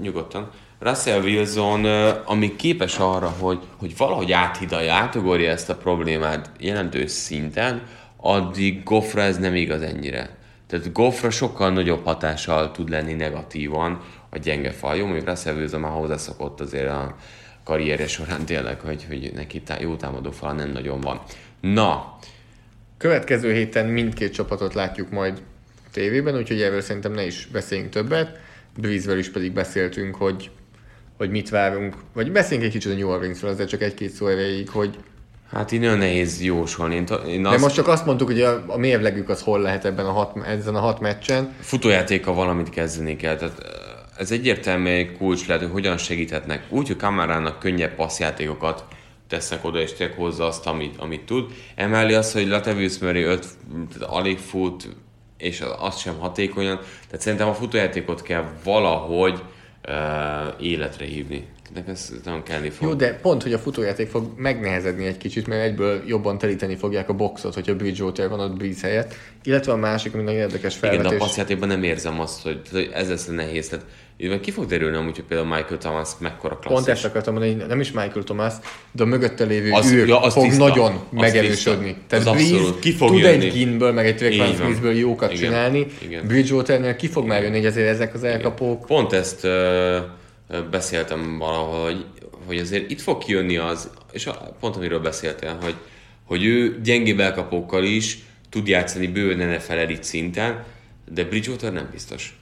Russell Wilson, ami képes arra, hogy valahogy áthidalja, átugorja ezt a problémát jelentős szinten, addig Goffra ez nem igaz ennyire. Tehát Goffra sokkal nagyobb hatással tud lenni negatívan a gyenge fal. Jó, mondjuk Russell Wilson már hozzászokott azért a karrierje során tényleg, hogy neki jó támadó fal nem nagyon van. Na! Következő héten mindkét csapatot látjuk majd tévében, úgyhogy erről szerintem ne is beszéljünk többet. Breeze-vel is pedig beszéltünk, hogy mit várunk, vagy beszéljünk egy kicsit a New Orleansról, azért csak egy-két szó erejéig, hogy Hát így nagyon nehéz jósolni. De most csak azt mondtuk, hogy a mérlegük az hol lehet ezen a 6 meccsen. Futójátékkal valamit kezdeni kell. Tehát ez egyértelműen kulcs lehet, hogy hogyan segíthetnek. Úgy, hogy Kamarának könnyebb passzjátékokat tesznek oda, és tényleg hozza azt, amit tud. Emellé az, hogy Latavius Murray alig fut, és az sem hatékonyan. Tehát szerintem a futójátékot kell valahogy életre hívni. Ez nem kellni fog. Jó, de pont, hogy a futójáték fog megnehezedni egy kicsit, mert egyből jobban telíteni fogják a boxot, hogyha Bridgewater van ott Breeze helyett. Illetve a másik, ami nagyon érdekes felvetés. Igen, de a passzjátékban nem érzem azt, hogy ez lesz nehéz. Tehát, ki fog derülni amúgy, hogy például Michael Thomas mekkora klasszis. Pont ezt akartam mondani, nem is Michael Thomas, de a mögötte lévő űr fog tiszta, nagyon megerősödni. Tehát Breeze tud egy Ginből, meg egy Tre'Quan Smithből jókat csinálni. Bridgewaternél ki fog már jönni, hogy ezért ezek az elkapók. Pont ezt beszéltem valahol, hogy azért itt fog kijönni az, és pont amiről beszéltél, hogy ő gyengébb elkapókkal is tud játszani bőven NFL elit szinten, de Bridgewater nem biztos.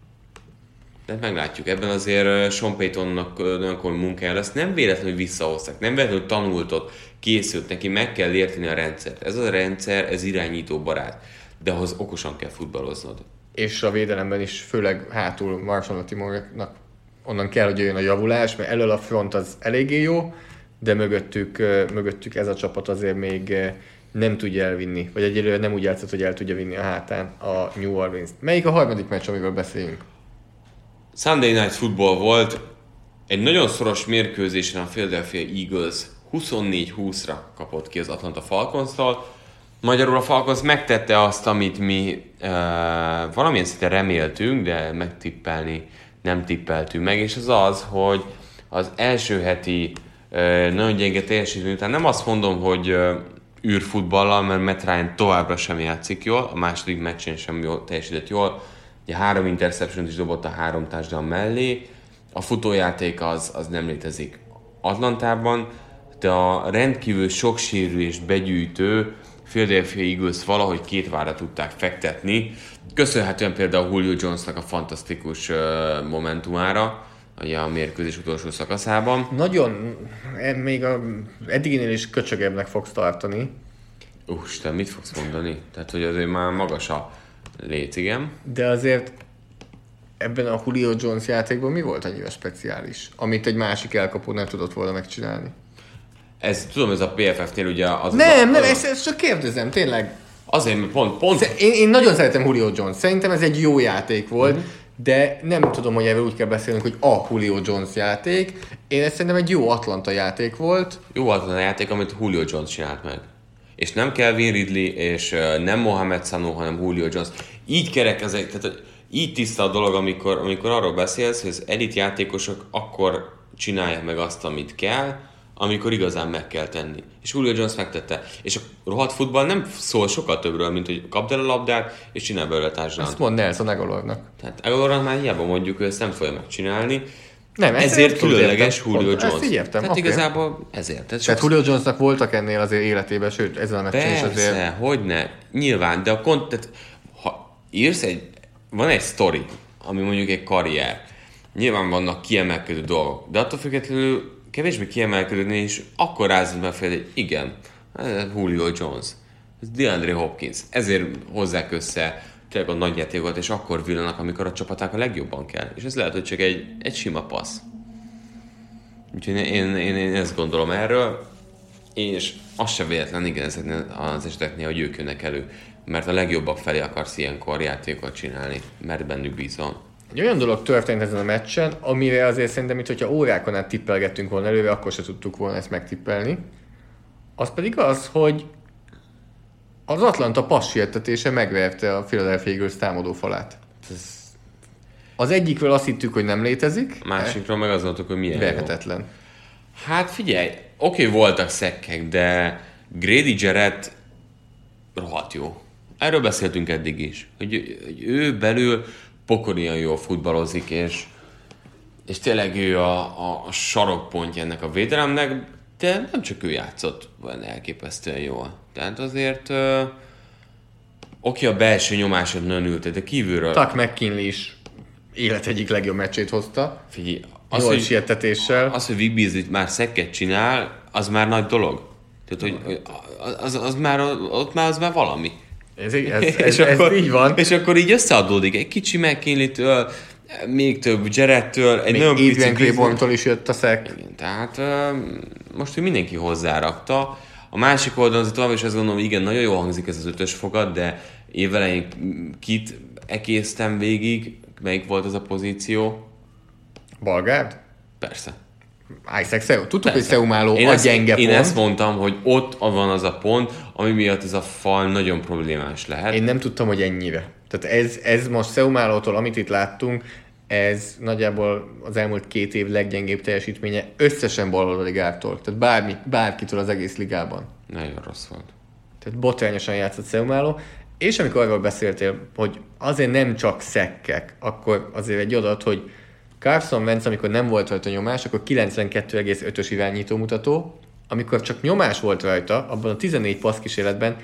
De meglátjuk. Ebben azért Sean Paytonnak nagyon komoly munkája lesz. Nem véletlenül visszahozták, nem véletlenül tanult ott, készült neki, meg kell érteni a rendszert. Ez a rendszer, ez irányító barát, de ahhoz okosan kell futballoznod. És a védelemben is, főleg hátul Marshall Latimore-nak onnan kell, hogy jöjjön a javulás, mert elől a front az eléggé jó, de mögöttük ez a csapat azért még nem tudja elvinni, vagy egyelőre nem úgy játszott, hogy el tudja vinni a hátán a New Orleans-t. Melyik a harmadik meccs, amiről beszélünk? Sunday Night Football volt, egy nagyon szoros mérkőzésen a Philadelphia Eagles 24-20-ra kapott ki az Atlanta Falcons-tól. Magyarul a Falcons megtette azt, amit mi valamilyen szinten reméltünk, de megtippelni nem tippeltünk meg, és az, hogy az első heti nagyon gyenge teljesítmény után nem azt mondom, hogy űrfutballal, mert Matt Ryan továbbra sem játszik jól, a második meccsen sem jól teljesített jól, ugye 3 interception is dobott a 3 touchdown mellé, a futójáték az nem létezik Atlantában, de a rendkívül soksérű és begyűjtő Philadelphia Eagles valahogy 2 vára tudták fektetni, köszönhetően például Julio Jonesnak a fantasztikus momentumára, ugye a mérkőzés utolsó szakaszában. Nagyon, még eddiginél is köcsögebbnek fogsz tartani. Isten, mit fogsz mondani? Tehát, hogy azért már magas a léc, igen. De azért ebben a Julio Jones játékban mi volt annyira speciális, amit egy másik elkapó nem tudott volna megcsinálni? Tudom, ez a PFF-nél ugye az... Nem, ezt csak kérdezem, tényleg. Azért, pont... Én nagyon szeretem Julio Jones, szerintem ez egy jó játék volt, de nem tudom, hogy erről úgy kell beszélnünk, hogy a Julio Jones játék. Én ezt szerintem egy jó Atlanta játék volt. Jó Atlanta játék, amit Julio Jones csinált meg. És nem Calvin Ridley, és nem Mohamed Sanu, hanem Julio Jones. Így kerekezik, tehát így tiszta a dolog, amikor arról beszélsz, hogy az elit játékosok akkor csinálják meg azt, amit kell, amikor igazán meg kell tenni. És Julio Jones megtette. És a rohadt futball nem szól sokkal többről, mint hogy kapd el a labdát, és csinál belőle társadalmat. Azt mondd Nelson Agholornak. Tehát Agholornak már hiába mondjuk, hogy ezt nem fogja megcsinálni. Nem, ezért különleges Julio Jones. Ezt így értem. Tehát igazából ezért. Tehát Julio Jonesnak voltak ennél azért életében, sőt, ezen a meccsen is azért... Persze, hogyne. Nyilván, de tehát, ha írsz van egy sztori, ami mondjuk egy karrier, nyilván vannak kiemelkedő dolgok, de attól függetlenül kevésbé kiemelkedőnél is akkor rázod meg fel, hogy igen, ez Julio Jones, ez DeAndre Hopkins. Ezért hozzák össze tényleg a nagy játékokat, és akkor villanak, amikor a csapaták a legjobban kell. És ez lehet, hogy csak egy sima passz. Úgyhogy én ezt gondolom erről, és az sem véletlen igen az eseteknél, hogy ők jönnek elő, mert a legjobbak felé akarsz ilyenkor játékokat csinálni, mert bennük bízom. Egy olyan dolog történt ezen a meccsen, amire azért szerintem, hogyha órákon át tippelgettünk volna előre, akkor se tudtuk volna ezt megtippelni. Az pedig az, hogy az Atlanta passietetése megverte a Philadelphia Eagles támadó falát. Az egyikről azt hittük, hogy nem létezik. A másikról meg azt mondtuk, hogy milyen verhetetlen. Jó. Hát figyelj, oké, voltak szekkek, de Grady Jarrett rohadt jó. Erről beszéltünk eddig is, hogy ő belül pokolian jól futballozik, és tényleg ő a sarokpontja ennek a védelemnek, de nem csak ő játszott elképesztően jól. Tehát azért oké, a belső nyomásod nagyon ült, de kívülről... Tuck McKinley is élet egyik legjobb meccsét hozta. Figyelj, jól sietetéssel. Az, hogy Vic Beasley már szekket csinál, az már nagy dolog. Tehát, hogy az már valami. Ez így van. És akkor így összeadódik egy kicsi McKinley-től, még több Jarrettől, egy nagyon pici Adrian Claiborne-tól is jött a szek. Igen, tehát most mindenki hozzárakta. A másik oldalon azért tovább is azt gondolom, hogy igen, nagyon jól hangzik ez az 5-ös fogad, de évelején kit ekésztem végig, melyik volt az a pozíció? Balgárd? Persze. Isaac Seu. Tudtuk, hogy Seumalo a gyenge pont. Én ezt mondtam, hogy ott van az a pont, ami miatt ez a fal nagyon problémás lehet. Én nem tudtam, hogy ennyire. Tehát ez most Seumalótól, amit itt láttunk, ez nagyjából az elmúlt 2 év leggyengébb teljesítménye összesen baloldali gártól. Tehát bárkitől az egész ligában. Nagyon rossz volt. Tehát botrányosan játszott Seumalo. És amikor arról beszéltél, hogy azért nem csak szekkek, akkor azért egy adat, hogy Carson Wentz, amikor nem volt rajta nyomás, akkor 92,5-ös irányító mutató, amikor csak nyomás volt rajta, abban a 14 passz kísérletben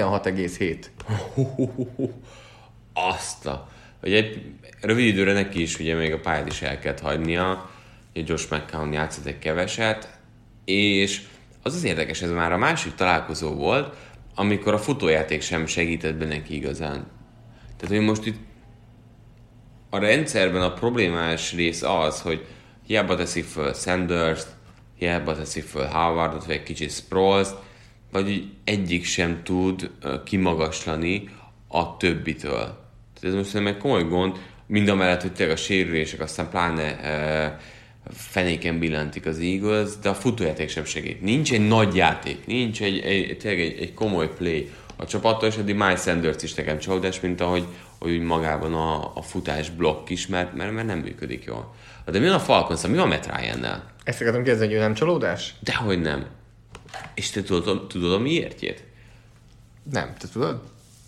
16,7. Hogy egy rövid időre neki is ugye még a pályát is el kellett hagynia, hogy Josh McCown játszott egy keveset, és az érdekes, ez már a másik találkozó volt, amikor a futójáték sem segített be neki igazán. Tehát, hogy most itt a rendszerben a problémás rész az, hogy hiába teszi föl Sanders-t, hiába teszi föl Howardot, vagy egy kicsit Sproles-t, vagy egyik sem tud kimagaslani a többitől. Tehát ez most szerintem egy komoly gond, mindamellett, hogy tényleg a sérülések, aztán pláne fenéken billentik az Eagles, de a futójáték sem segít. Nincs egy nagy játék, nincs tényleg egy komoly play a csapattól, és eddig Miles Sanders is nekem csalódás, mint ahogy úgy magában a futás blokk is, mert nem működik jól. De mi van a Falcons, mi van Matt Ryan-nel? Ezt akartam kérdezni, hogy nem csalódás? Dehogy nem. És te tudod a miértjét? Nem, te tudod?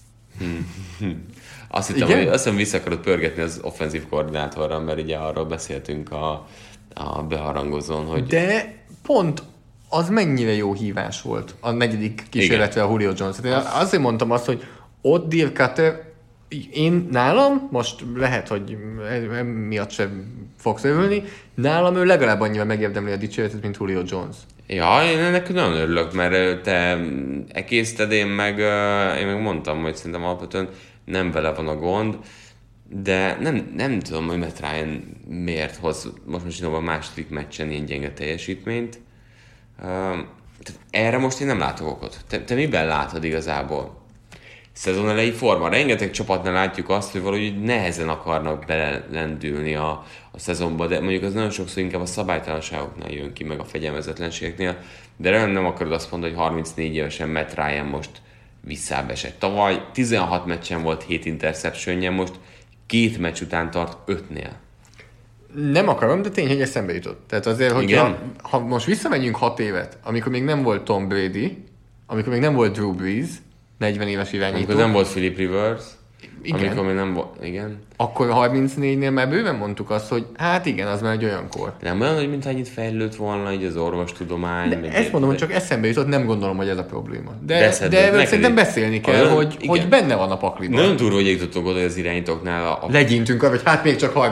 Azt hittem, vissza akarod pörgetni az offenzív koordinátorra, mert ugye arról beszéltünk a beharangozón, hogy... De pont az mennyire jó hívás volt a 4. kísérletre a Julio Jones. Azért mondtam azt, hogy ott Dirk Cutter, én nálam, most lehet, hogy miatt sem fogsz örülni, nálam ő legalább annyira megérdemli a dicséretet, mint Julio Jones. Ja, én ennek nagyon örülök, mert te ekészted, én meg mondtam, hogy szerintem alapvetően nem vele van a gond, de nem tudom, hogy Matt Ryan miért hoz most a második meccsen ilyen gyenge teljesítményt. Erre most én nem látok okot. Te miben látod igazából? Szezon elejé forma. Rengeteg csapatnál látjuk azt, hogy valahogy nehezen akarnak belelendülni a szezonba, de mondjuk az nagyon sokszor inkább a szabálytalanságoknál jön ki, meg a fegyelmezetlenségeknél, de nem akarod azt mondani, hogy 34 évesen Matt Ryan most visszább esett. Tavaly 16 meccsen volt 7 interceptionje, most 2 meccs után tart 5-nél. Nem akarom, de tény, hogy eszembe jutott. Tehát azért, hogy ha most visszamegyünk 6 évet, amikor még nem volt Tom Brady, amikor még nem volt Drew Brees, 40 éves irányító. Amikor nem volt Philip Rivers. Igen. Amikor még nem volt, igen. Akkor 34-nél már bőven mondtuk azt, hogy hát igen, az már egy olyan kor. Nem olyan, hogy mintha ennyit fejlődött volna így az orvostudomány. Ezt mondom, hogy csak eszembe jutott, nem gondolom, hogy ez a probléma. De erről szerintem beszélni kell, hogy benne van a pakliban. Nagyon durva, hogy jutottunk oda az irányítóknál. Legyintünk, vagy hát még csak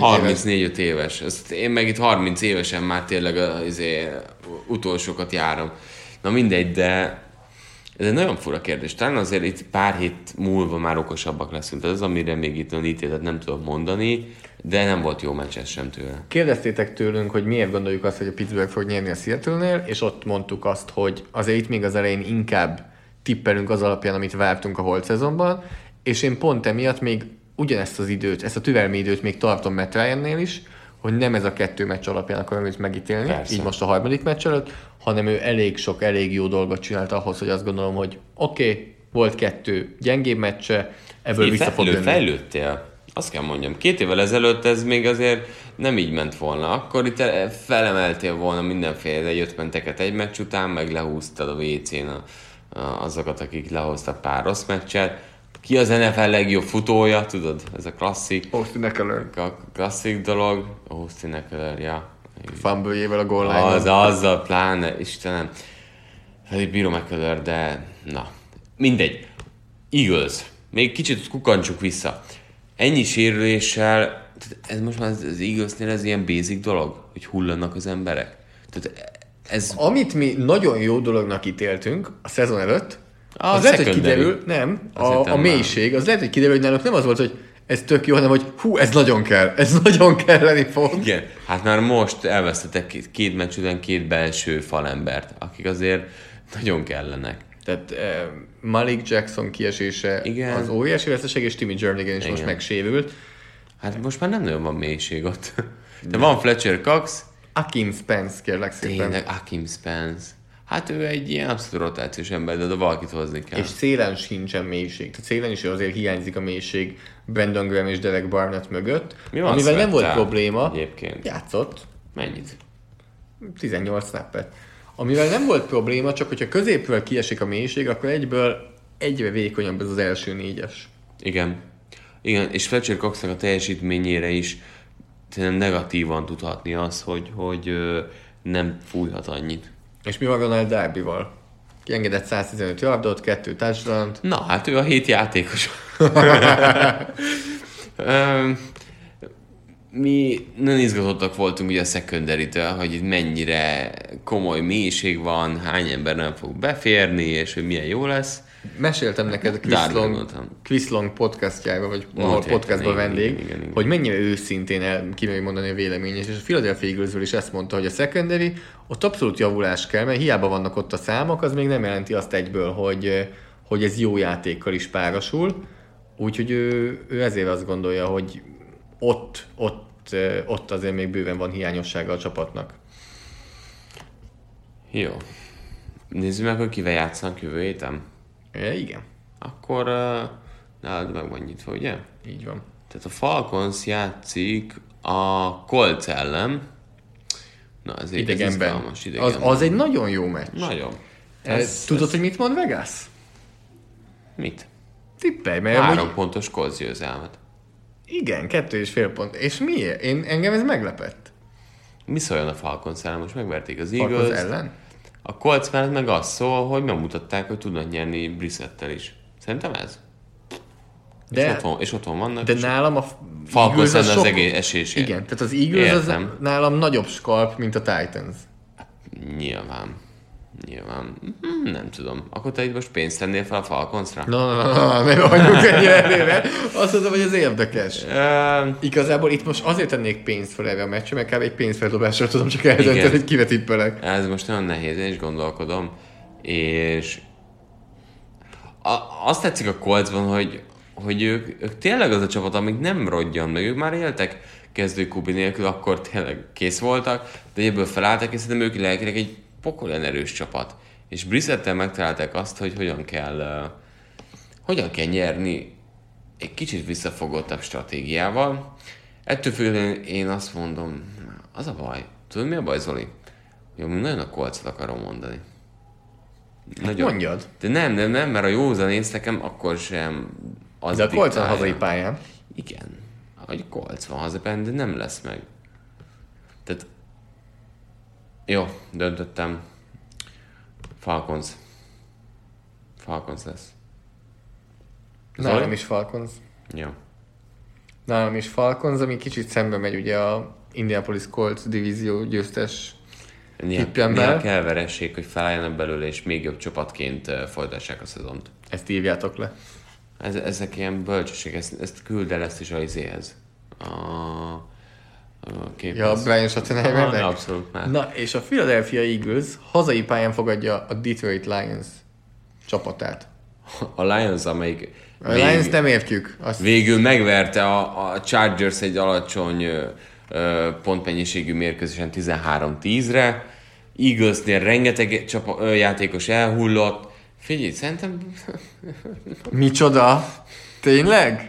34 éves. Én meg itt 30 évesen már tényleg az utolsókat járom. Na mindegy, de ez egy nagyon fura kérdés. Talán azért itt pár hét múlva már okosabbak leszünk. Ez az, amire még itt a ítéletet nem tudok mondani, de nem volt jó meccs ez sem tőle. Kérdeztétek tőlünk, hogy miért gondoljuk azt, hogy a Pittsburgh fog nyerni a Seattle-nél, és ott mondtuk azt, hogy azért itt még az elején inkább tippelünk az alapján, amit vártunk a holt szezonban, és én pont emiatt még ugyanezt az időt, ezt a türelmi időt még tartom Matt Ryannél is, hogy nem ez a 2 meccs alapján akarom őt megítélni, persze, így most a 3. meccs előtt, hanem ő elég jó dolgot csinált ahhoz, hogy azt gondolom, hogy oké, volt 2 gyengébb meccse, ebből vissza fog jönni. Fejlődtél, azt kell mondjam. 2 évvel ezelőtt ez még azért nem így ment volna. Akkor itt felemeltél volna mindenféle 5 menteket egy meccs után, meg lehúztad a WC-n azokat, akik lehoztak pár rossz meccset. Ki az NFL legjobb futója, tudod? Ez a klasszik. Austin Eckler. Klasszik dolog. Austin Eckler, ja. Fumble-jével a goal line-on. Azzal pláne, Istenem. Hát bírom Eckler, de na. Mindegy. Eagles. Még kicsit kukancsuk vissza. Ennyi sérüléssel, ez most már az Eaglesnél ez ilyen basic dolog, hogy hullanak az emberek. Tehát Amit mi nagyon jó dolognak ítéltünk a szezon előtt, az lehet, hogy kiderül, nem, a mélység, az lehet, hogy kiderül, hogy náluk nem az volt, hogy ez tök jó, hanem hogy ez nagyon kell, ez nagyon kelleni fog. Igen, hát már most elvesztettek két meccs után 2 belső falembert, akik azért nagyon kellenek. Tehát Malik Jackson kiesése igen. Az óriási veszteség, és Timmy Jernigan is most megsérült. Hát most már nem nagyon van mélység ott. De van Fletcher Cox. Akeem Spence, kérlek szépen. Tényleg, Akeem Spence. Hát ő egy ilyen abszolút rotációs ember, de valakit hozni kell. És szélen sincsen mélység. Tehát szélen is azért hiányzik a mélység Brandon Graham és Derek Barnett mögött. Mi van amivel nem volt probléma. Egyébként. Játszott. Mennyit? 18 snappet. Amivel nem volt probléma, csak hogyha középről kiesik a mélység, akkor egyből egyre vékonyabb ez az első 4-es. Igen. Igen, és Fletcher Coxnak a teljesítményére is negatívan tudhatni az, hogy nem fújhat annyit. És mi van Ronald Darbyval? Kiengedett 115 yardot, 2 touchdownt. Na, hát ő a 7 játékos. Mi nagyon izgatottak voltunk ugye a secondary-től, hogy itt mennyire komoly mélység van, hány ember nem fog beférni, és hogy milyen jó lesz. Meséltem neked Chris Long podcastjába, vagy ahol podcastban vendég, igen. Hogy mennyire őszintén kimerül mondani a véleményét, és a Philadelphia Eaglesről is ezt mondta, hogy a secondary, ott abszolút javulás kell, mert hiába vannak ott a számok, az még nem jelenti azt egyből, hogy ez jó játékkal is párosul, úgyhogy ő ezért azt gondolja, hogy ott azért még bőven van hiányossága a csapatnak. Jó. Nézzük meg, hogy kivel játszanak jövő héten. Igen. Akkor nálad meg van nyitva, ugye? Így van. Tehát a Falcons játszik a Colts ellen. Na, ez idegenben. Az egy nagyon jó meccs. Nagyon. Tudod, hogy mit mond Vegas? Mit? Tippelj, mert 3 pontos Colts győzelmet. Igen, 2,5 pont. És miért? Engem ez meglepett. Mi szóljon a Falcons ellen? Most megverték az Eagles. Falcons ellen? A Colts mellett meg az szól, hogy megmutatták, hogy tudnak nyerni Brissettel is. Szerintem ez. És otthon vannak. De nálam a Falcons lenne az egész esésé. Igen, tehát az Eagles az nálam nagyobb skalp, mint a Titans. Nyilván. Nem tudom. Akkor te itt most pénzt tennél fel a Falconsra? Nem vagyunk ennyire előre. Azt mondom, hogy ez érdekes. Igazából itt most azért tennék pénzt fel erre a meccsre, mert kb. Egy pénzfeldobásra tudom csak eldönteni, hogy kivet tippelek. Ez most nagyon nehéz, én is gondolkodom. És azt tetszik a Coltsban, hogy ők tényleg az a csapat, amik nem rodjan meg. Ők már éltek kezdő QB nélkül, akkor tényleg kész voltak, de ebből felálltak, és szerintem ők lelkileg egy pokolyan erős csapat. És Brissettel megtalálták azt, hogy hogyan kell nyerni egy kicsit visszafogottabb stratégiával. Ettől függetlenül én azt mondom, az a baj. Tudod, mi a baj, Zoli? Jó, még nagyon a Colts-ot akarom mondani. Nagyon. Mondjad. De nem, mert a józan ész nekem akkor sem az. De a Colts van hazai pályán. Igen. A Colts van hazai pályán, de nem lesz meg. Tehát jó, döntöttem. Falcons lesz. Nálam is Falcons. Jó. Nálam is Falcons, ami kicsit szembe megy ugye a Indianapolis Colts divízió győztes tippemmel. Néha kell veresség, hogy felálljanak belőle, és még jobb csapatként folytassák a szezont. Ezt írjátok le. Ezek ilyen bölcsesség, ezt küld el ezt is a izéhez. Ja, Brian Schottenheimernek? Abszolút már. Na, és a Philadelphia Eagles hazai pályán fogadja a Detroit Lions csapatát. A Lions, amelyik... A Lions nem értjük. Végül megverte a Chargers egy alacsony pontmennyiségű mérkőzésen 13-10-re. Eaglesnél rengeteg játékos elhullott. Figyelj, szerintem... Micsoda? Tényleg?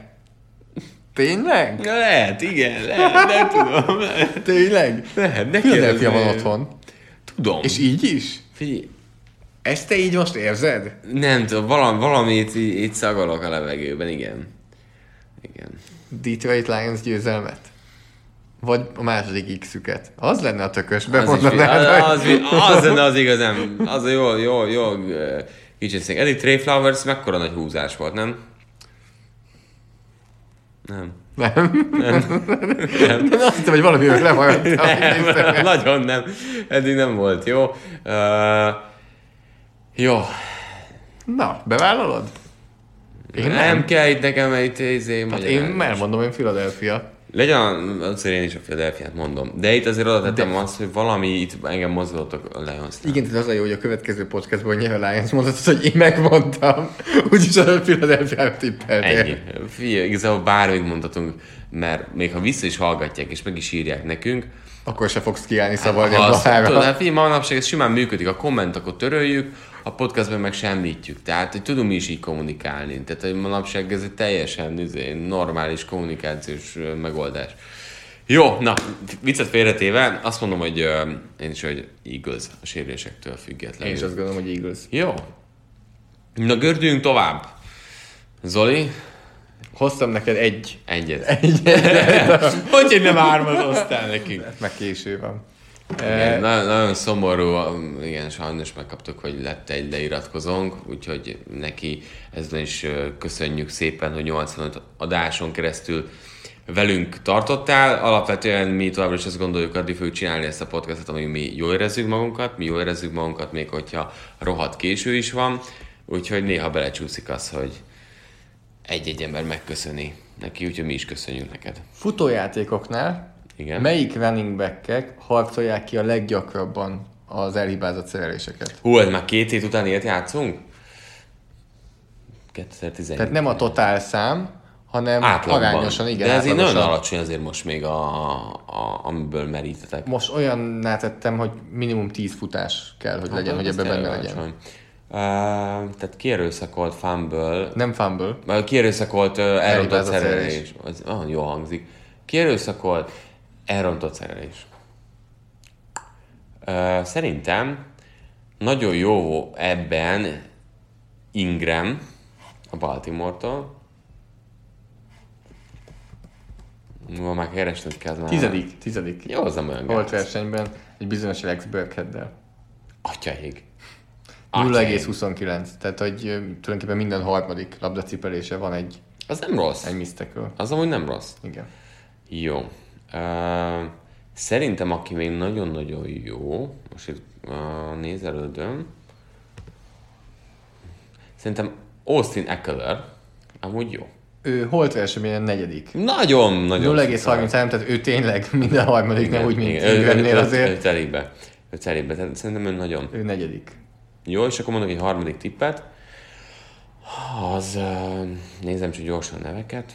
Lehet, igen, nem tudom. Lehet. Tényleg? Lehet, ne Philadelphia van otthon. Tudom. És így is? Figyelj. Ezt te így most érzed? Nem tudom, valamit így szagolok a levegőben, igen. Detroit Lions győzelmet? Vagy a második X-üket? Az lenne a tökös, bemondanád. Az lenne az igazán. Az a jó kicsit szék. Eddig Trey Flowers mekkora nagy húzás volt, nem? Nem. Nem. Azt hittem, hogy valamivel lemaradtam. Nagyon nem. Eddig nem volt jó. Jó. Na, bevállalod? Én nem kell itt nekem egy Hát én elmondom, én Philadelphia. Legyen, azért én is a Philadelphiát mondom. De itt azért oda tettem azt, hogy valami itt engem mozgatott a Lions-nál. Igen, tehát az a jó, hogy a következő podcastban nyilván Lions mondhatod, hogy én megmondtam. Úgyis a Philadelphia-ra tippeltél. Ennyi. Figyelj, igazából bármit mondhatunk, mert még ha vissza is hallgatják, és meg is írják nekünk, akkor se fogsz kiállni szavalni a tudod, blahára. hát figyelj, manapság ez simán működik, a kommentokat töröljük, a podcastban meg semmítjük. Tehát, hogy tudunk mi is így kommunikálni. Tehát, hogy manapság ez egy teljesen normális kommunikációs megoldás. Jó, na, viccet félretéve, azt mondom, hogy én is, hogy Eagles a sérülésektől függetlenül. Én is azt gondolom, hogy Eagles. Jó. Na, gördüljünk tovább. Zoli? Hoztam neked Egyet. Hogy nem hármat hoztál nekünk? meg késő van. Igen, nagyon szomorú, igen, sajnos megkaptuk, hogy lett egy leiratkozónk, úgyhogy neki ezzel is köszönjük szépen, hogy 85 adáson keresztül velünk tartottál. Alapvetően mi továbbra is azt gondoljuk, addig fogjuk csinálni ezt a podcastot, amíg mi jól érezzük magunkat, még hogyha rohadt késő is van, úgyhogy néha belecsúszik az, hogy egy-egy ember megköszöni neki, úgyhogy mi is köszönjük neked. Futójátékoknál Igen. melyik running back-ek harcolják ki a leggyakrabban az elhibázott szereléseket? Hú, ez már 2 hét után ilyet játszunk? 2017. Tehát nem a totál szám, hanem Átlagban. arányosan, igen. De ez így átlagosan. nagyon alacsony azért most még, amiből merítetek. Most olyanná tettem, hogy minimum 10 futás kell, hogy legyen, hogy ebbe benne legyen. Tehát kierőszakolt fumble, Nem fumble. kierőszakolt elrontott Elhibázott szerelés. Az jól hangzik. Kierőszakolt elrontott szerelés. Szerintem nagyon jó ebben Ingram a Baltimore-tól. Ma már keresned kell már. Tizedik. Jó, az nem olyan Volt gáz. versenyben egy bizonyos Rex Burkheaddel. Atyaig. 0,29. Tehát, hogy tulajdonképpen minden harmadik labdacipelése van egy Az nem rossz. misztekről. Az amúgy nem rossz. Igen. Jó. Szerintem, aki még nagyon-nagyon jó, most itt nézelődöm, szerintem Austin Eckler, amúgy jó. Ő holt versenyben negyedik. Nagyon-nagyon. 0,33, tehát ő tényleg minden harmadik, nem úgy, mint Ingramnél azért. Ő telikbe. Tehát szerintem ő nagyon Ő negyedik. jó, és akkor mondok egy harmadik tippet. Az, nézem csak gyorsan neveket.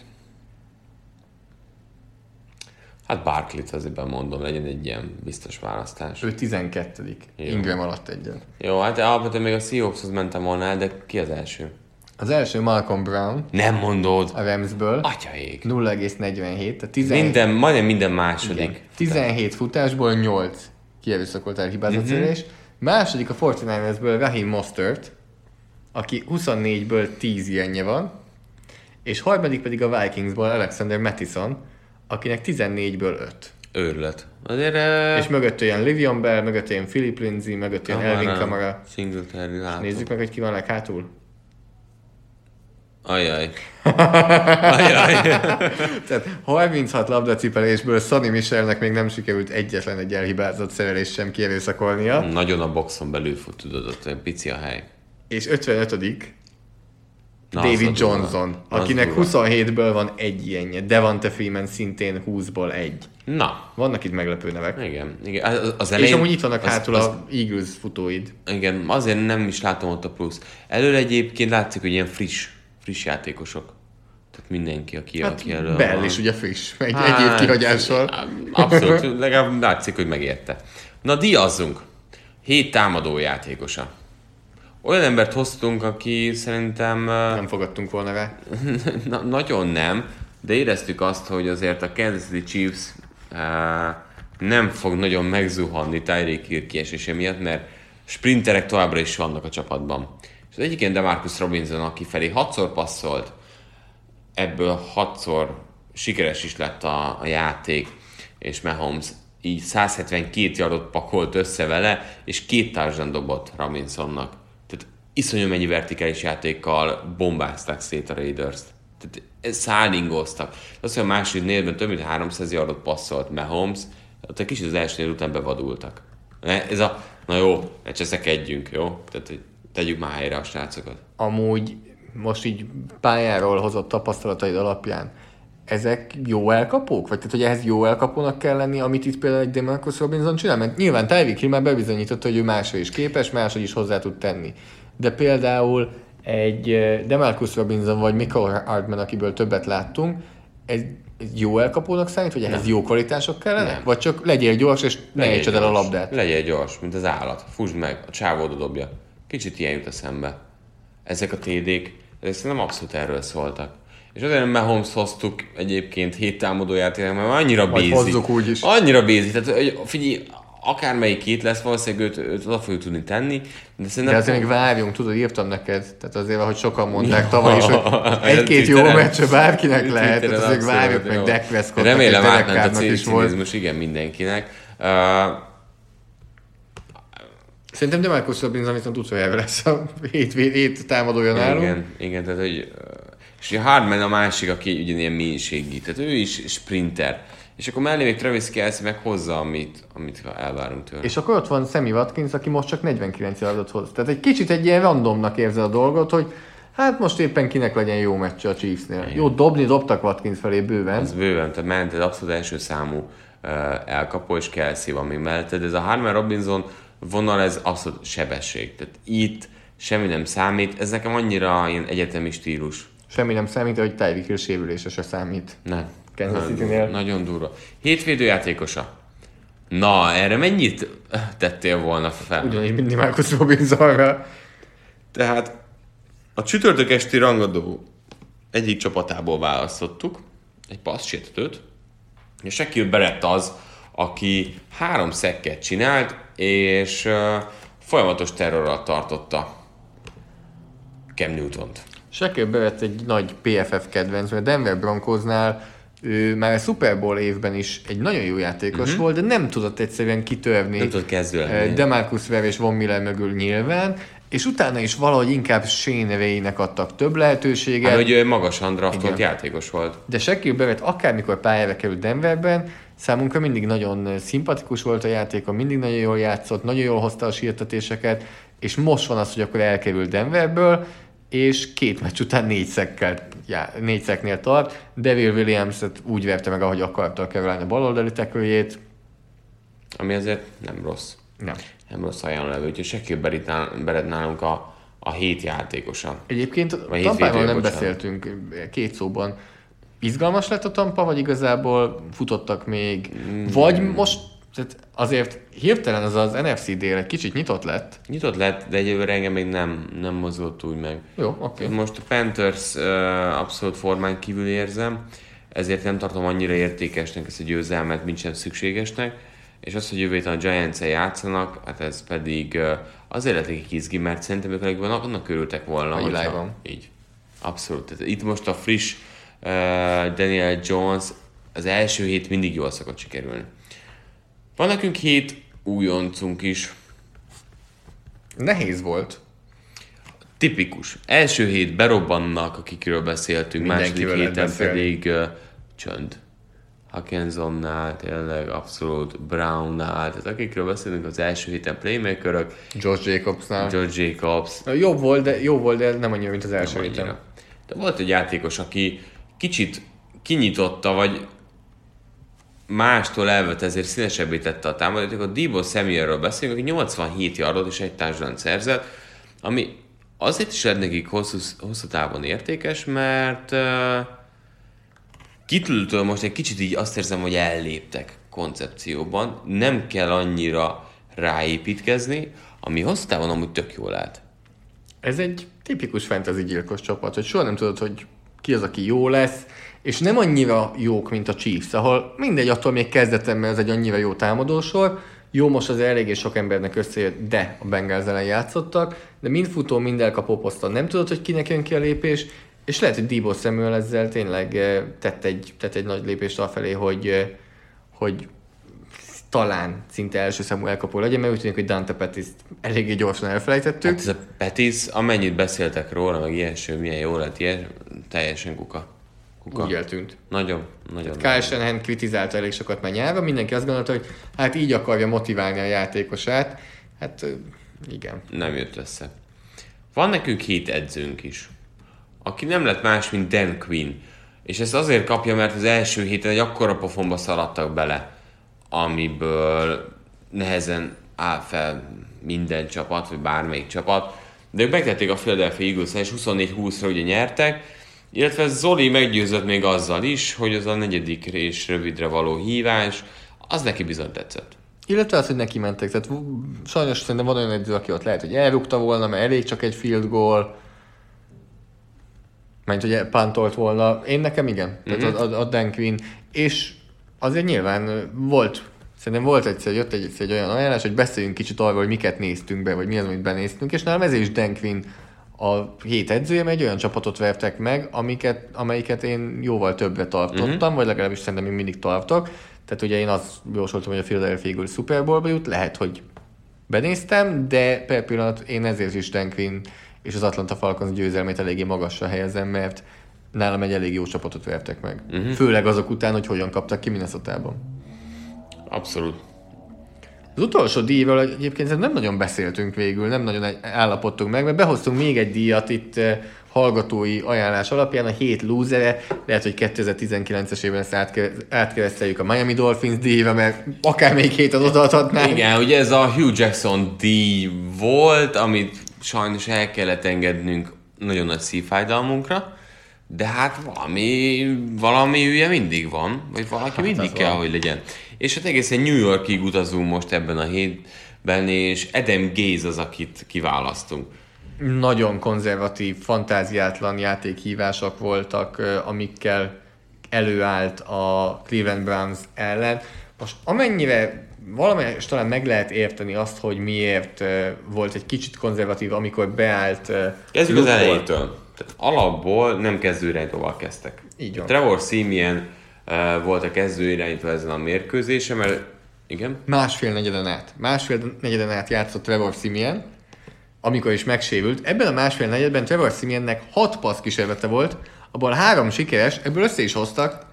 Hát Barkley-t azért bemondom, legyen egy ilyen biztos választás. Ő 12. Jó. Ingram alatt egyen. Jó, hát alapvetően még a Seahawkshoz mentem volna el, de ki az első? Az első Malcolm Brown Nem mondod! a Ramsből. Atyaég! 0,47. Tehát 17, Majdnem minden második. igen, 17 futásból 8 kierőszakolt elhibázott szerelés. Második a 49ersből Raheem Mostert, aki 24-ből 10 ilyenje van. És harmadik pedig a Vikingsból Alexander Mattison, akinek 14-ből 5. Őrület. Azért... És mögött olyan Le'Veon Bell, mögött olyan Philip Lindsay, mögött olyan Elvin Kamara. Singletary látom. Nézzük meg, hogy ki van leghátul. Ajaj. Ajaj. Tehát 36 labdacipelésből Sonny Michelnek még nem sikerült egyetlen egy elhibázott szerelést sem kierőszakolnia. Nagyon a boxon belül fut, tudod, ott olyan pici a hely. És 55. Na, az David a durva. Johnson, Az akinek durva. 27-ből van egy ilyenje. Devonta Freeman szintén 20-ból egy. Na, Vannak itt meglepő nevek. igen. Az elején, És amúgy itt vannak hátul a Eagles futóid. Igen, azért nem is látom ott a plusz. Előre egyébként látszik, hogy ilyen friss játékosok. Tehát mindenki, aki elő Bell van. is ugye friss, egy év kihagyással. Abszolút, legalább látszik, hogy megérte. Na, díjazzunk. 7 támadó játékosa. Olyan embert hoztunk, aki szerintem Nem fogadtunk volna rá. nagyon nem, de éreztük azt, hogy azért a Kansas City Chiefs nem fog nagyon megzuhanni Tyreek Hill kiesése miatt, mert sprinterek továbbra is vannak a csapatban. És az egyik ilyen DeMarcus Robinson, aki felé 6-szor passzolt, ebből 6-szor sikeres is lett a játék, és Mahomes így 172 yardot pakolt össze vele, és 2 touchdown dobott Robinsonnak. Tehát iszonyú mennyi vertikális játékkal bombázták szét a Raiders-t. Tehát szállingoztak. Azt, hogy a második negyedben több mint 300 yardot passzolt Mahomes, ott egy kicsit az első negyed után bevadultak. Ez a, na jó, ne cseszekedjünk, jó? Tehát hogy tegyük már helyre a srácokat. Amúgy most így pályáról hozott tapasztalataid alapján ezek jó elkapók? Vagy tehát, hogy ehhez jó elkapónak kell lenni, amit itt például egy DeMarcus Robinson csinál? Mert nyilván Tyreek Hill már bebizonyította, hogy ő másra is képes, másra is hozzá tud tenni. De például egy DeMarcus Robinson vagy Michael Hardman, akiből többet láttunk, ez jó elkapónak számít, vagy ehhez jó kvalitások kellene? Nem. Vagy csak legyél gyors, és ne ejtsed el a labdát? Legyél gyors, mint az állat. Fussd meg, a csávó oda dobja. Kicsit ilyen jut eszembe. Ezek a TD-k, ezek szerintem abszolút erről szóltak. És azért nem Mahomes hoztuk egyébként 7 támadójátéknak, mert annyira basic. hozzuk úgy is. Annyira basic. Tehát figyelj, akármelyik két lesz, valószínűleg őt oda fogjuk tudni tenni. De azért még várjunk, tudod, írtam neked, tehát azért, ahogy sokan mondták tavaly is, hogy egy-két jó meccs bárkinek lehet, tehát azért várjuk meg Dak Prescottnak. Remélem átment a cinizmus, igen, mindenkinek. Szerintem DeMarcus Robinson viszont utoljára lesz a 7 támadója nálunk. Igen, tehát hogy... És a Hardman a másik, aki ugyanilyen mélységi, tehát ő is sprinter. És akkor mellé még Travis Kelce meg hozza, amit elvárunk tőle. És akkor ott van Sammy Watkins, aki most csak 49 yardot hoz. Tehát egy kicsit egy ilyen randomnak érzed a dolgot, hogy hát most éppen kinek legyen jó meccs a Chiefsnél. Jó, dobtak Watkins felé bőven. Az bőven, tehát ment egy abszolút első számú elkapó, és Kelce van még mellette, de ez a Hardman Robinson vonal, ez abszolút sebesség. Tehát itt semmi nem számít, ez nekem annyira ilyen egyetemi stílus. Semmi nem számít, hogy Tyreek Hill sérülése se számít. Nem. Kansas City-nél. Nagyon durva. Hétvédőjátékosa. Na, erre mennyit tettél volna fel? Ugyanígy, mint DeMarcus Robinsonra. Tehát a csütörtök esti rangadó egyik csapatából választottuk egy passzsértetőt, és Shaquille Barrett az, aki 3 szekket csinált, és folyamatos terrorral tartotta Cam Newtont. Shaquille Barrett egy nagy PFF kedvenc, mert a Denver Broncosnál ő már a Super Bowl évben is egy nagyon jó játékos volt, de nem tudott egyszerűen kitörni. Nem tudott kezdőlegni. DeMarcus Ware és Von Miller mögül nyilván, és utána is valahogy inkább Shane Ray-nek adtak több lehetőséget. Hát, hogy magasan draftolt játékos volt. De Shaquille Barrett akármikor pályára került Denverben, számunkra mindig nagyon szimpatikus volt a játéka, mindig nagyon jól játszott, nagyon jól hozta a sírtetéseket, és most van az, hogy akkor elkerült Denverből, és 2 meccs után 4 szekknél tart. Devil Williams-et úgy verte meg, ahogy akarta a Carolina baloldali tackle-jét. Ami azért nem rossz. Nem rossz ajánló, úgyhogy Shaquille Barrett nálunk a 7 játékosa. Egyébként Tampáról nem beszéltünk 2 szóban. Izgalmas lett a Tampa, vagy igazából futottak még? Vagy most tehát azért hirtelen az NFC dél egy kicsit nyitott lett. Nyitott lett, de egyelőre engem még nem mozgott úgy meg. Jó, oké. Most a Panthers abszolút formán kívül érzem, ezért nem tartom annyira értékesnek ezt a győzelmet, mint sem szükségesnek, és az, hogy jövő héten a Giants-el játszanak, hát ez pedig azért lett egy izgi, mert szerintem ők annak örültek volna, hogyha... Így. Abszolút. Tehát itt most a friss Daniel Jones az első hét mindig jól szokott sikerülni. Van nekünk 7 újoncunk is. Nehéz volt. Tipikus. Első hét berobbannak, akikről beszéltünk, második héten pedig csönd. Hawkinsonnál, tényleg abszolút Brownnál, tehát akikről beszélünk az első héten playmakerök. Josh Jacobsnál. George Jacobs. Jobb volt, de nem annyira, mint az első héten. De volt egy játékos, aki kicsit kinyitotta, vagy mástól elvett, ezért színesebbé tette a támadót. Deebo Samuelről beszélünk, aki 87 yardot és egy touchdown szerzett, ami azért is lett nekik hosszú távon értékes, mert Kittle-től most egy kicsit így azt érzem, hogy elléptek koncepcióban, nem kell annyira ráépítkezni, ami hosszú távon amúgy tök jól állt. Ez egy tipikus fantasy gyilkos csapat, hogy soha nem tudod, hogy ki az, aki jó lesz, és nem annyira jók, mint a Chiefs, ahol mindegy, attól még kezdetem, mert ez egy annyira jó támadósor. Jó, most az eléggé sok embernek összejött, de a Bengals ellen játszottak, de mind futó, mind elkapó poszton nem tudod, hogy kinek jön ki a lépés, és lehet, hogy Deebo Samuel ezzel tényleg tett egy nagy lépést afelé, hogy talán szinte első számú elkapó legyen, mert úgy tűnik, hogy Dante Pettis-t eléggé gyorsan elfelejtettük. Hát ez a Pettis, amennyit beszéltek róla, meg ilyeső, milyen jó lett, ilyen, teljesen kuka. Úgy eltűnt. Nagyon. Kyle Shanahan kritizálta elég sokat már nyelven, mindenki azt gondolta, hogy hát így akarja motiválni a játékosát. Hát igen. Nem jött össze. Van nekünk 7 edzőnk is, aki nem lett más, mint Dan Quinn. És ezt azért kapja, mert az első héten egy akkora pofonba szaladtak bele, amiből nehezen áll fel minden csapat, vagy bármelyik csapat. De ők megtették a Philadelphia Eagles-en, és 24-20-ra ugye nyertek, illetve Zoli meggyőzött még azzal is, hogy az a 4. és rövidre való hívás, az neki bizony tetszett. Illetve az, hogy neki mentek. Tehát sajnos szerintem van olyan edző, aki ott lehet, hogy elrúgta volna, mert elég csak egy field goal, mert ugye pántolt volna. Én nekem igen. Tehát a Dan Quinn. És azért nyilván szerintem volt egyszer, jött egy olyan ajánlás, hogy beszéljünk kicsit arról, hogy miket néztünk be, vagy mi az, amit benéztünk, és nálam ezért is Dan Quinn a 7 edzője, mert egy olyan csapatot vertek meg, amelyiket én jóval többre tartottam, vagy legalábbis szerintem még mindig tartok. Tehát ugye én azt jósoltam, hogy a Philadelphia Eagles Super Bowlba jut, lehet, hogy benéztem, de per pillanat én ezért is Dan Quinn és az Atlanta Falcons győzelmét eléggé magasra helyezem, mert nálam egy elég jó csapatot vertek meg. Főleg azok után, hogy hogyan kaptak ki Minnesotában. Abszolút. Az utolsó díjról egyébként nem nagyon beszéltünk végül, nem nagyon állapodtunk meg, mert behoztunk még egy díjat itt hallgatói ajánlás alapján, a 7 lúzere, lehet, hogy 2019-es évben ezt átkereszteljük a Miami Dolphins díjra, mert akár még 7 odaadhatnánk. Igen, ugye ez a Hugh Jackson díj volt, amit sajnos el kellett engednünk nagyon nagy szívfájdalmunkra, de hát valami hülye mindig van, vagy valaki mindig kell, hogy legyen. És hát egészen New Yorkig utazunk most ebben a hétben, és Adam Gase az, akit kiválasztunk. Nagyon konzervatív, fantáziátlan játékhívások voltak, amikkel előállt a Cleveland Browns ellen. Most amennyire valamelyest talán meg lehet érteni azt, hogy miért volt egy kicsit konzervatív, amikor beállt Kezdjük az elejétől. Tehát alapból nem kezdőirányítóval kezdtek. Így van. Trevor Siemian volt a kezdőirányító ezen a mérkőzésen, mert igen? Másfél negyeden át játszott Trevor Siemian, amikor is megsérült. Ebben a másfél negyedben Trevor Siemiannek 6 passz kísérlete volt, abból 3 sikeres, ebből össze is hoztak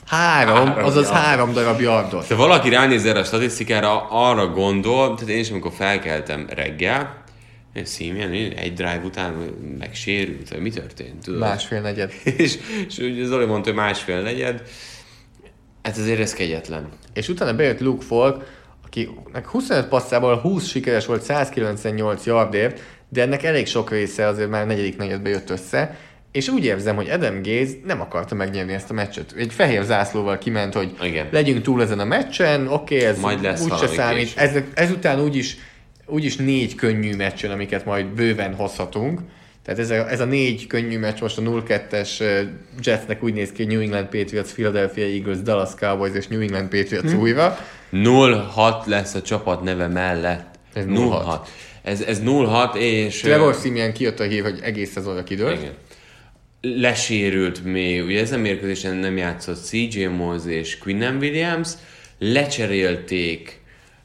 3 darab yardot. Ha valaki ránéz erre a statisztikára, arra gondol, tehát én is amikor felkeltem reggel, Siemian egy drive után megsérült, vagy mi történt? Tudod? Másfél negyed. és ugye Zoli mondta, hogy másfél negyed, hát azért ez kegyetlen. És utána bejött Luke Falk, akinek 25 passzából 20 sikeres volt 198 yardért, de ennek elég sok része azért már 4. negyedben jött össze, és úgy érzem, hogy Adam Gase nem akarta megnyerni ezt a meccset. Egy fehér zászlóval kiment, hogy igen, legyünk túl ezen a meccsen, oké, ez úgyse számít. Ezután úgyis 4 könnyű meccsen, amiket majd bőven hozhatunk. Tehát ez a 4 könnyű meccs most a 0-2-es Jetsnek úgy néz ki, New England Patriots, Philadelphia Eagles, Dallas Cowboys és New England Patriots újra. 0-6 lesz a csapat neve mellett. Ez 0-6. Ez 0-6, és... Trevor Siemian kijött a hír, hogy egész szezonra kidőlt. Igen. Lesérült még, ugye ezen mérkőzésen nem játszott CJ Mosley és Quinnen Williams, lecserélték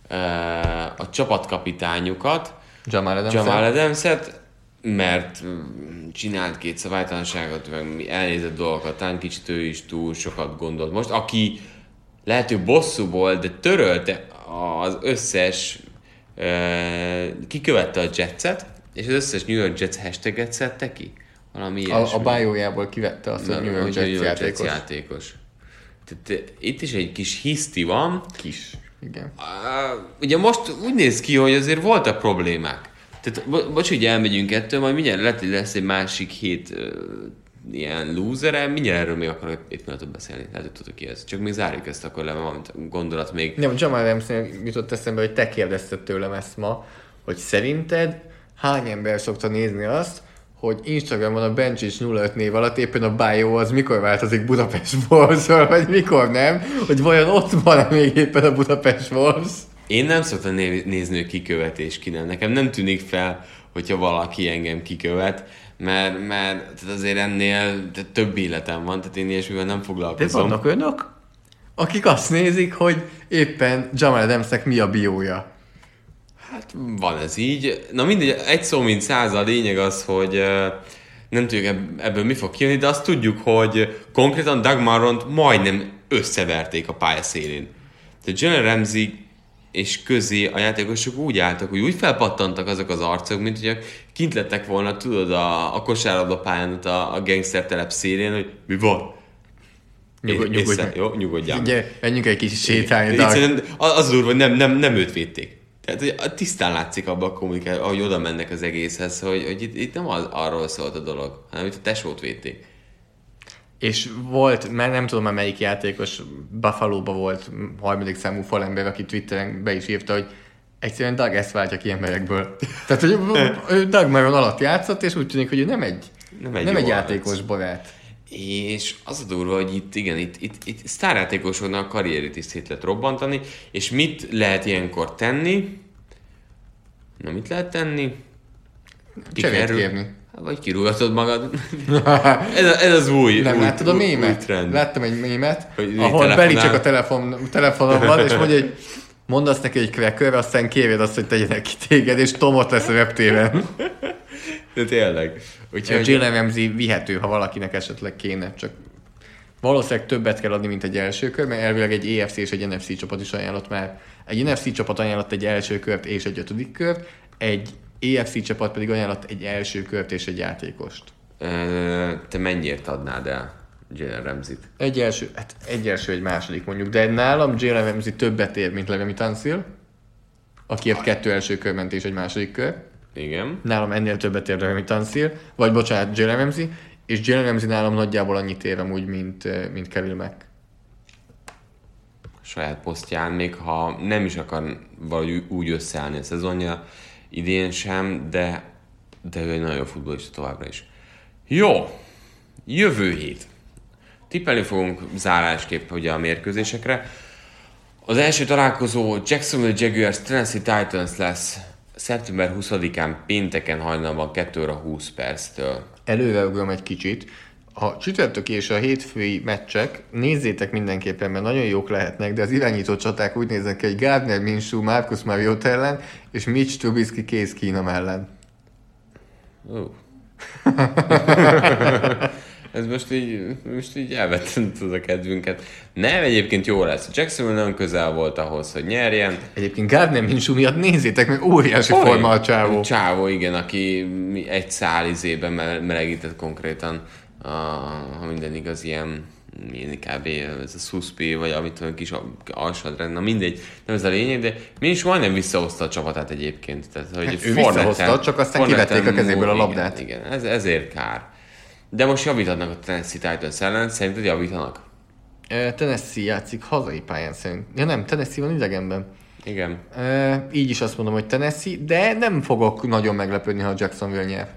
a csapatkapitányukat, Jamal Adams-et, mert csinált 2 szabálytalanságot, meg elnézett dolgokat, talán kicsit ő is túl sokat gondolt. Most, aki lehet, hogy bosszúból, de törölte az összes, kikövette a Jetset, és az összes New York Jets hashtaget szedte ki. Valami ilyesmi. A biojából kivette azt, hogy New York Jets játékos. Tehát itt is egy kis hiszti van. Igen. Ugye most úgy néz ki, hogy azért voltak problémák. Tehát, bocs, hogy elmegyünk ettől, majd mindjárt lehet, hogy lesz egy másik 7 ilyen lúzere, mindjárt erről még akarok 5 minutot beszélni. Lehet, hogy tudok ki ez. Csak még zárjuk ezt akkor le, valamit gondolat még. Nem, Jamal Adamsnél jutott eszembe, hogy te kérdezted tőlem ezt ma, hogy szerinted hány ember szokta nézni azt, hogy Instagramon a Bencsics 05 név alatt éppen a bio az mikor változik Budapest Wolves-ról, vagy mikor nem, hogy vajon ott van még éppen a Budapest Wolves? Én nem szoktam nézni, hogy kikövet és ki nem. Nekem nem tűnik fel, hogyha valaki engem kikövet, mert tehát azért ennél több életem van, tehát én ilyesmivel nem foglalkozom. De vannak önök, akik azt nézik, hogy éppen Jamal Adamsnek mi a biója. Hát van ez így. Na mindegy, egy szó mint száz, a lényeg az, hogy nem tudjuk ebből mi fog kijönni, de azt tudjuk, hogy konkrétan Doug Marront majdnem összeverték a pályaszélén. Tehát Jalen Ramsey és közé a játékosok úgy álltak, hogy úgy felpattantak azok az arcok, mint hogy kint lettek volna, tudod, a kosárlabda pályán a gangster telep szélén, hogy mi van? Nyugodj meg. Jó, nyugodjál. Ugye, menjünk egy kis sétálni. Az durva, hogy nem őt védték. Tehát hogy tisztán látszik abban a kommunikáció, ahogy oda mennek az egészhez, hogy itt nem arról szólt a dolog, hanem itt a tesót védték. És volt, mert nem tudom már melyik játékos, Buffalo-ba volt harmadik számú falember, aki Twitteren be is írta, hogy egyszerűen Doug ezt váltja ki emberekből. Tehát, hogy ő Doug Marron alatt játszott, és úgy tűnik, hogy ő nem egy játékos barát. És az a durva, hogy itt sztárjátékosoknak a karrierét is szét lehet robbantani, és mit lehet ilyenkor tenni? Na, mit lehet tenni? Cserét kérni. Vagy kirúgatod magad. ez az új. Nem láttad a mémet? Láttam egy mémet, ahol Belichick a telefonomban, és mondja, hogy mondasz neki egy cracker, aztán kérjed azt, hogy tegyenek ki téged, és Tom ott lesz a reptéren. De tényleg. Úgyhogy Jalen Ramsey vihető, ha valakinek esetleg kéne, csak valószínűleg többet kell adni, mint egy első kör, mert elvileg egy EFC és egy NFC csapat is ajánlott már. Egy NFC csapat ajánlott egy első kört és egy ötödik kört, egy EFC csapat pedig ajánlott egy első kört és egy játékost. Te mennyiért adnád el Jalen Ramsey-t? Egy első, egy második mondjuk, de nálam Jalen Ramsey többet ér, mint Laremy Tunsil, akiért 2 első kör ment és egy második kör. Igen. Nálam ennél többet ér Laremy Tunsil, vagy bocsánat, Jalen Ramsey, és Jalen Ramsey nálam nagyjából annyit ér amúgy, mint Khalil Mack. Saját posztján, még ha nem is akar valahogy úgy összeállni a szezonja, idén sem, de ő egy nagyon jó futballista továbbra is. Jó, jövő hét. Tippelni fogunk zárásképp ugye a mérkőzésekre. Az első találkozó Jacksonville Jaguars Tennessee Titans lesz szeptember 20-án pénteken hajnalban 2 óra 20 perctől. Előreugrom egy kicsit. A csütörtök és a hétfői meccsek, nézzétek mindenképpen, mert nagyon jók lehetnek, de az irányító csaták úgy néznek ki, hogy Gardner Minshew, Marcus Mariota ellen, és Mitch Trubisky Case Keenum ellen. Ez most így elvettem a kedvünket. Nem, egyébként jó lesz. Jacksonville nagyon közel volt ahhoz, hogy nyerjen. Egyébként Gardner Minshew miatt nézzétek meg, óriási forma a csávó. Csávó, igen, aki egy szál izében melegített konkrétan, ha minden igaz, ilyen kb. Ez a Suszpi, vagy amit olyan kis alsadrend, na mindegy, nem ez a lényeg, de Minshew majdnem visszahozta a csapatát egyébként. Tehát, hogy ő visszahozta, csak aztán kivették a kezéből a labdát. Igen, ezért kár. De most javítanak a Tennessee Titans ellen, szerinted javítanak? Tennessee játszik hazai pályán szerint. Ja nem, Tennessee van idegenben. Igen. Így is azt mondom, hogy Tennessee, de nem fogok nagyon meglepődni, ha a Jacksonville nyer.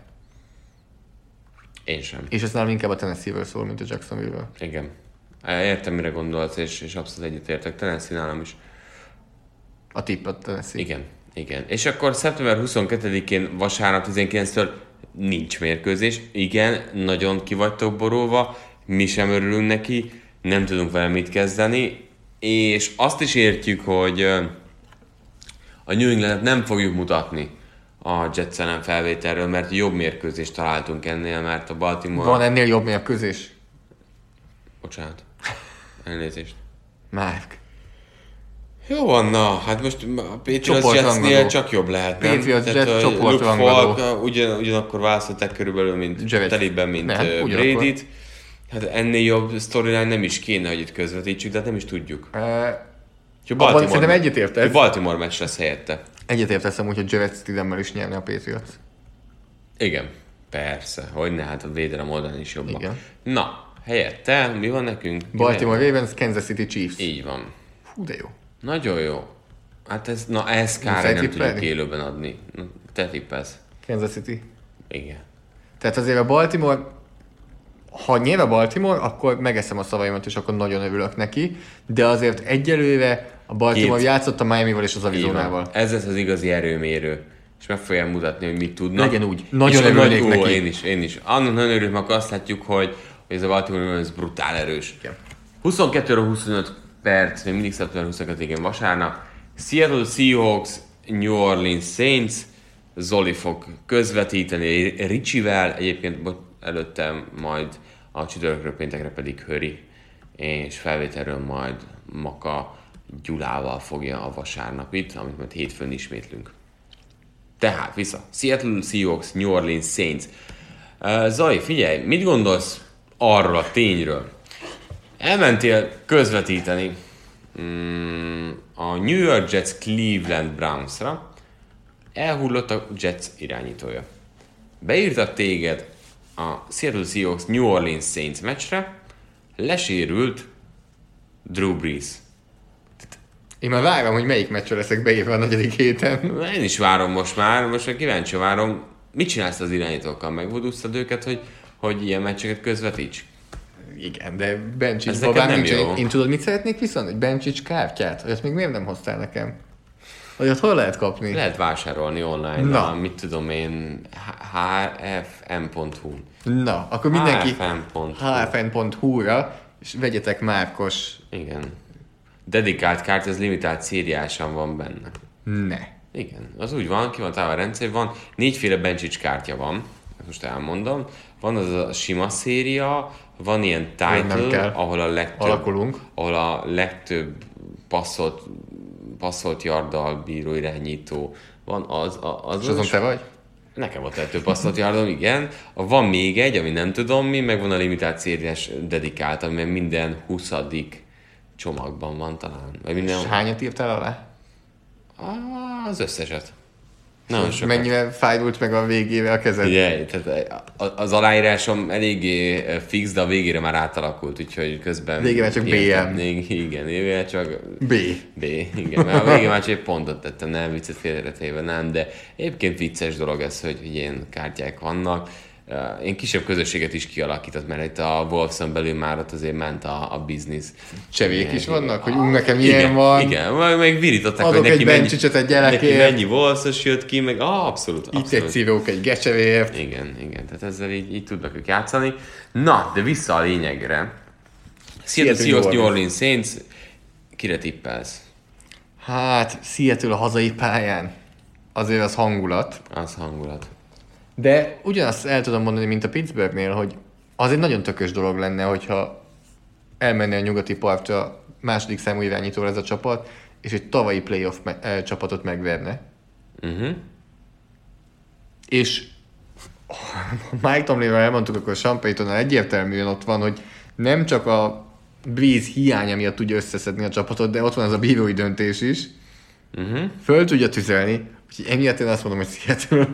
Én sem. És ez nálam inkább a Tennessee-ről szól, mint a Jacksonville-ről. Igen. Értem, mire gondolsz, és abszolút egyetértek. Tennessee nálam is. A tipp a Tennessee. Igen. És akkor szeptember 22-én vasárnap 19-től nincs mérkőzés. Igen, nagyon ki vagytok borulva, mi sem örülünk neki, nem tudunk vele mit kezdeni, és azt is értjük, hogy a New Englandet nem fogjuk mutatni a Jets ellen felvételről, mert jobb mérkőzést találtunk ennél, mert a Baltimore... Van ennél jobb mérkőzés? Bocsánat. Elnézést. Márk. Jó van, na, hát most a Patriots Jetsnél csak jobb lehet, nem? Patriots Jets csoportrangadó. Ugyanakkor választották körülbelül, mint Jared. teliben, mint Brady-t. Hát ennél jobb storyline nem is kéne, hogy itt közvetítsük, de nem is tudjuk. Abban szerintem egyetértesz. Baltimore meccs lesz helyette. Egyetértesz amúgy, hogy Jared Stidemmel is nyerni a Patriots. Igen, persze. Hogyne, hát a védelem oldalán is jobban. Igen. Na, helyette mi van nekünk? Baltimore Ravens, Kansas City Chiefs. Így van. Hú, de jó. Nagyon jó. Hát ez kár, hogy nem tudjuk élőben adni. Te tippelsz. Kansas City. Igen. Tehát azért a Baltimore, ha nyer a Baltimore, akkor megeszem a szavaimat, és akkor nagyon örülök neki, de azért egyelőre a Baltimore játszott a Miamival és az Arizonával. Ez lesz az igazi erőmérő. És meg fogják mutatni, hogy mit tudnak. Legyen úgy. Nagyon örülnék neki. Én is. Annak nagyon örülök, mert azt látjuk, hogy ez a Baltimore ez brutál erős. Igen. 22-25 perc, még mindig szeptember 22-én vasárnap. Seattle Seahawks, New Orleans Saints, Zoli fog közvetíteni Ricsivel, egyébként előtte majd a csütörtökről péntekre pedig Höri, és felvételről majd Maka Gyulával fogja a vasárnapit, amit majd hétfőn ismétlünk. Tehát vissza, Seattle Seahawks, New Orleans Saints. Zoli, figyelj, mit gondolsz arról a tényről? Elmentél közvetíteni a New York Jets Cleveland Brownsra, elhullott a Jets irányítója. Beírtak téged a Seattle Seahawks New Orleans Saints meccsre, lesérült Drew Brees. Én már várom, hogy melyik meccsre leszek beírva a 4. héten. Én is várom most már kíváncsi várom. Mit csinálsz az irányítókkal? Megvudúztad őket, hogy ilyen meccseket közvetíts? Igen, de Bencsics babám nincs. Én tudod, mit szeretnék viszont? Egy Bencsics kártyát? Olyat még miért nem hoztál nekem? Olyat hol lehet kapni? Lehet vásárolni online, mit tudom én, hfm.hu. Na, akkor mindenki hfm.hu. hfn.hu-ra, és vegyetek Márkos. Igen. Dedikált kártya, ez limitált szériásan van benne. Ne. Igen, az úgy van, ki van találva a rendszer, van 4 Bencsics kártya van, most elmondom. Van az a sima széria, van ilyen title, ahol a legtöbb passzolt yarddal bíró irányító van. És azon te vagy? Nekem volt legtöbb passzolt yardom, igen. Van még egy, ami nem tudom mi, meg van a limitált szériás dedikált, ami minden 20. csomagban van talán. Vagy minden... És hányat írtál alá? Az összeset. Nagyon sokat. Mennyire fájdult meg a végével a kezed? Ugye, tehát az aláírásom eléggé fix, de a végére már átalakult, úgyhogy közben... Végére csak BM. Igen, végére csak... B. Igen, mert a végén már csak egy pontot tettem, nem viccet félretéve, nem, de egyébként vicces dolog ez, hogy ilyen kártyák vannak. Én kisebb közösséget is kialakított, mert itt a Wolfson belül már ott azért ment a biznisz. Csevék is vannak, hogy nekem ilyen van. Igen, meg virították, adok hogy neki mennyi Wolfsos jött ki, meg abszolút. Itt egy szívók egy gecsevéért. Igen, tehát ezzel így tudnak ők játszani. Na, de vissza a lényegre. Seattle Seahawks, New Orleans Saints, kire tippelsz? Hát, Seattle a hazai pályán. Azért az hangulat. Az hangulat. De ugyanazt el tudom mondani, mint a Pittsburghnél, hogy az egy nagyon tökös dolog lenne, hogyha elmenne a nyugati partra második számú irányítóra ez a csapat, és egy tavalyi playoff csapatot megverne. Uh-huh. És Mike Tomlinról elmondtuk, akkor Sean Paytonnal egyértelműen ott van, hogy nem csak a Brees hiánya miatt tudja összeszedni a csapatot, de ott van az a bírói döntés is. Uh-huh. Föl tudja tüzelni. Úgyhogy emiatt én azt mondom, hogy Seattle.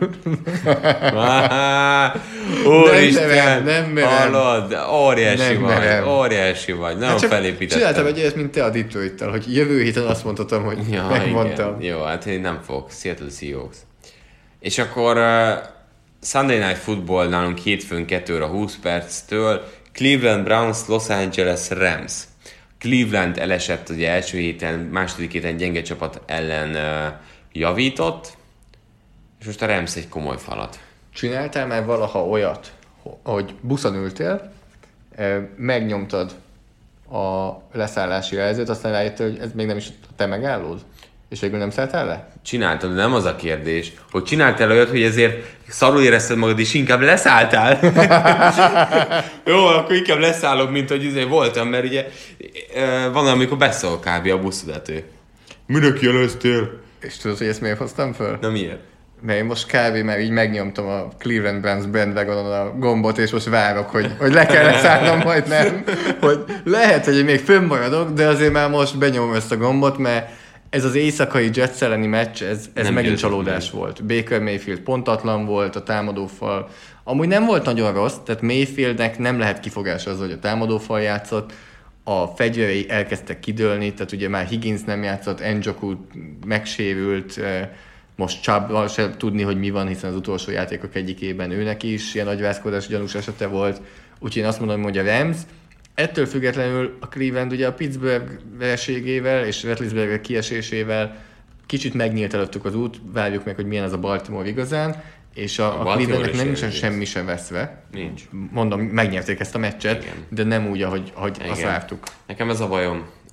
Úristen! Nem merem. Hallod? Óriási vagy. Nem felépítettem. Csináltam egy ilyet, mint te a Detroit-tal, hogy jövő héten azt mondhatom, hogy megmondtam. Igen. Jó, hát én nem fogok. Seattle Seahawks. És akkor Sunday Night Football nálunk hétfőn 2:20 perctől Cleveland Browns, Los Angeles Rams. Cleveland elesett ugye első héten, második héten gyenge csapat ellen javított, és most a Rams egy komoly falat. Csináltál már valaha olyat, hogy buszon ültél, megnyomtad a leszállási jelzőt, aztán rájöttél, hogy ez még nem is te megállód? És végül nem szálltál le? Csináltad, de nem az a kérdés, hogy csináltál olyat, hogy ezért szarul érezted magad, és inkább leszálltál. Jó, akkor inkább leszállok, mint hogy azért voltam, mert ugye van, amikor beszól kb. A buszvezető. Minek jeleztél? És tudod, hogy ezt miért hoztam föl? Na miért? Mert én most kb. Már így megnyomtam a Cleveland Browns bandwagonon a gombot, és most várok, hogy le kell leszállnom, majd nem. Hogy lehet, hogy én még fönnmaradok, de azért már most benyomom ezt a gombot, mert ez az éjszakai Jets elleni meccs, ez megint csalódás volt. Baker Mayfield pontatlan volt, a támadófal amúgy nem volt nagyon rossz, tehát Mayfieldnek nem lehet kifogása az, hogy a támadófal játszott, a fegyverei elkezdtek kidőlni, tehát ugye már Higgins nem játszott, Njoku megsérült, most Chubb sem tudni, hogy mi van, hiszen az utolsó játékok egyikében őnek is ilyen agyvászkodás gyanús esete volt, úgyhogy én azt mondom, hogy a Rams. Ettől függetlenül a Cleveland ugye a Pittsburgh vereségével és Roethlisberger kiesésével kicsit megnyílt előttük az út, várjuk meg, hogy milyen az a Baltimore igazán, és a Clevelandnek nem nincsen semmi sem veszve. Nincs. Mondom, megnyerték ezt a meccset, igen. De nem úgy, ahogy azt vártuk. Nekem ez a bajom.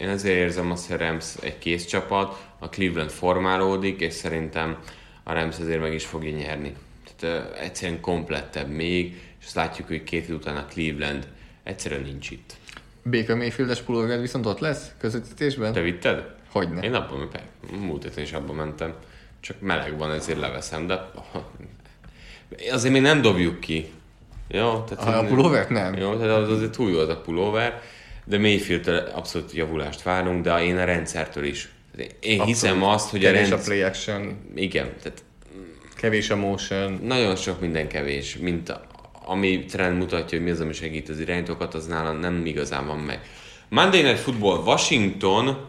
Én azért érzem azt, hogy a Rams egy kész csapat, a Cleveland formálódik, és szerintem a Rams azért meg is fogja nyerni. Tehát egyszerűen komplettebb még, és azt látjuk, hogy 2 hét után a Cleveland egyszerűen nincs itt. Baker Mayfieldes pulóver viszont ott lesz közvetítésben? Te vitted? Hogyne. Én abban, múlt héten is abban mentem. Csak meleg van, ezért leveszem, de azért még nem dobjuk ki. Jó? Tehát A pulóvert nem? Jó, tehát azért túl jó az a pulóver, de Mayfield-től abszolút javulást várunk, de én a rendszertől is. Én abszolút hiszem azt, hogy kevés a play action. Igen, tehát kevés a motion. Nagyon sok minden kevés, mint ami trend mutatja, hogy mi az, ami segít az irányítókat, az nálam nem igazán van meg. Monday Night Football, Washington,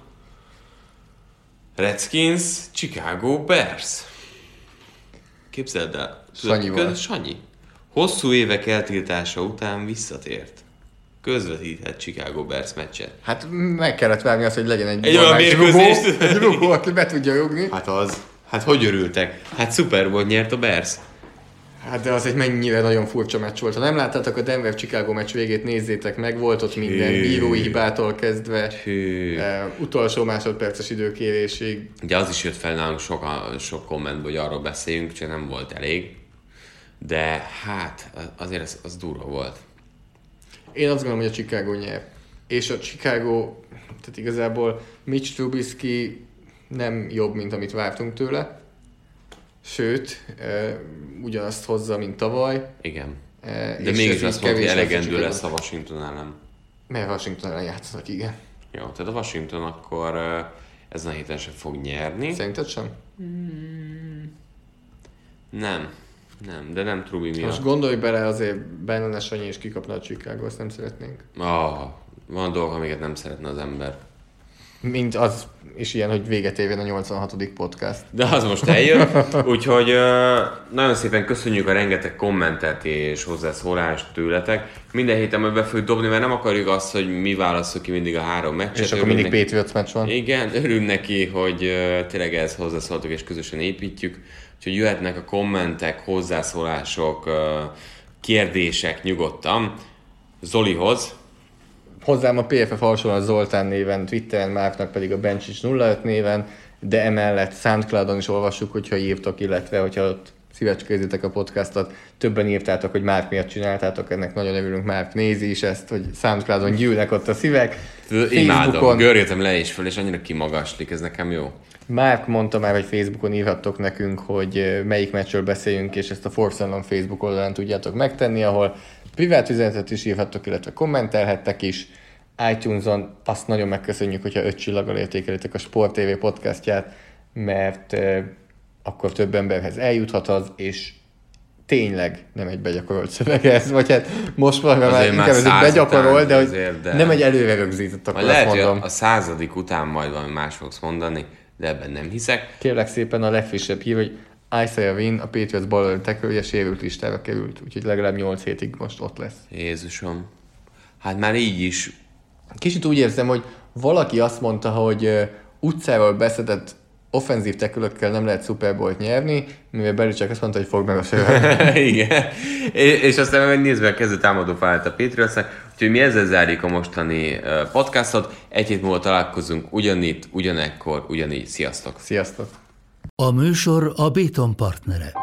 Redskins, Chicago Bears. Képzeld el. Sanyival. Sanyi. Hosszú évek eltiltása után visszatért. Közvetíthet Chicago Bears meccset. Hát meg kellett várni azt, hogy legyen egy olyan mérkőzést. Egy rugó, aki be tudja rugni. Hát az. Hát hogy örültek? Hát Super Bowl nyert a Bears. Hát de az egy mennyire nagyon furcsa meccs volt. Ha nem láttátok a Denver-Chicago meccs végét, nézzétek meg, volt ott minden, bírói hibától kezdve, utolsó másodperces időkérésig. Ugye az is jött fel nálunk sok kommentből, hogy arról beszéljünk, csak nem volt elég. De hát azért az durva volt. Én azt gondolom, hogy a Chicago nyer. És a Chicago, tehát igazából Mitch Trubisky nem jobb, mint amit vártunk tőle. Sőt, ugyanazt hozza, mint tavaly. Igen. De mégis azt mondta, hogy elegendő lesz a Washington ellen. Mert Washington ellen játszanak, igen. Jó, tehát a Washington akkor ezen a héten sem fog nyerni. Szerinted sem? Nem, de nem Trubi miatt. Most gondolj bele, azért benne Sanyi és kikapna a Chicago, azt nem szeretnénk. Van dolgok, amiket nem szeretne az ember. Mint az is ilyen, hogy véget érjen a 86. podcast. De az most eljött, úgyhogy nagyon szépen köszönjük a rengeteg kommentet és hozzászólást tőletek. Minden héten majd be fogjuk dobni, mert nem akarjuk azt, hogy mi válasszuk ki mindig a 3 meccset. És akkor mindig Patriots meccs van. Igen, örülünk neki, hogy tényleg ehhez hozzászóltok és közösen építjük. Úgyhogy jöhetnek a kommentek, hozzászólások, kérdések nyugodtan Zolihoz. Hozzám a PFF alsóan Zoltán néven, Twitteren, Márknak pedig a Bencsics 05 néven, de emellett SoundCloudon is olvassuk, hogyha írtok, illetve hogyha ott szívecskézitek a podcastot. Többen írtátok, hogy Márk miatt csináltátok, ennek nagyon örülünk, Márk nézi is ezt, hogy SoundCloudon gyűlnek ott a szívek. Imádom, görjöttem le is föl, és annyira kimagaslik, ez nekem jó. Márk mondta már, hogy Facebookon írhattok nekünk, hogy melyik meccsről beszéljünk, és ezt a Force Unlocked Facebook oldalán tudjátok megtenni, ahol privát üzenetet is írhattok, illetve kommentelhettek is. iTunes-on azt nagyon megköszönjük, hogyha 5 csillaggal értékelitek a Sport TV podcastját, mert akkor több emberhez eljuthat az, és tényleg nem egy begyakorolt szöveg ez, vagy hát most már inkább ez egy begyakorol, de, de nem egy előre rögzített, akkor lehet, azt mondom. Hogy a 100. után majd valami más fogsz mondani, de ebben nem hiszek. Kérlek szépen a legfrissebb hír, hogy Isaiah Wynn, a Patriots baloldali tackle-je sérült listára került, úgyhogy legalább 8 hétig most ott lesz. Jézusom. Hát már így is. Kicsit úgy érzem, hogy valaki azt mondta, hogy utcáról beszedett offenzív tackle-ökkel nem lehet Super Bowl-t nyerni, mivel Belichick azt mondta, hogy fogd meg a szöveget. Igen. És aztán megnézve a kezdő támadó fájlt a Patriotsnak, úgyhogy mi ezzel zárjuk a mostani podcastot. Egy hét múlva találkozunk ugyanitt, ugyanekkor, ugyanígy. Sziasztok! Sziasztok! A műsor a Béton partnere.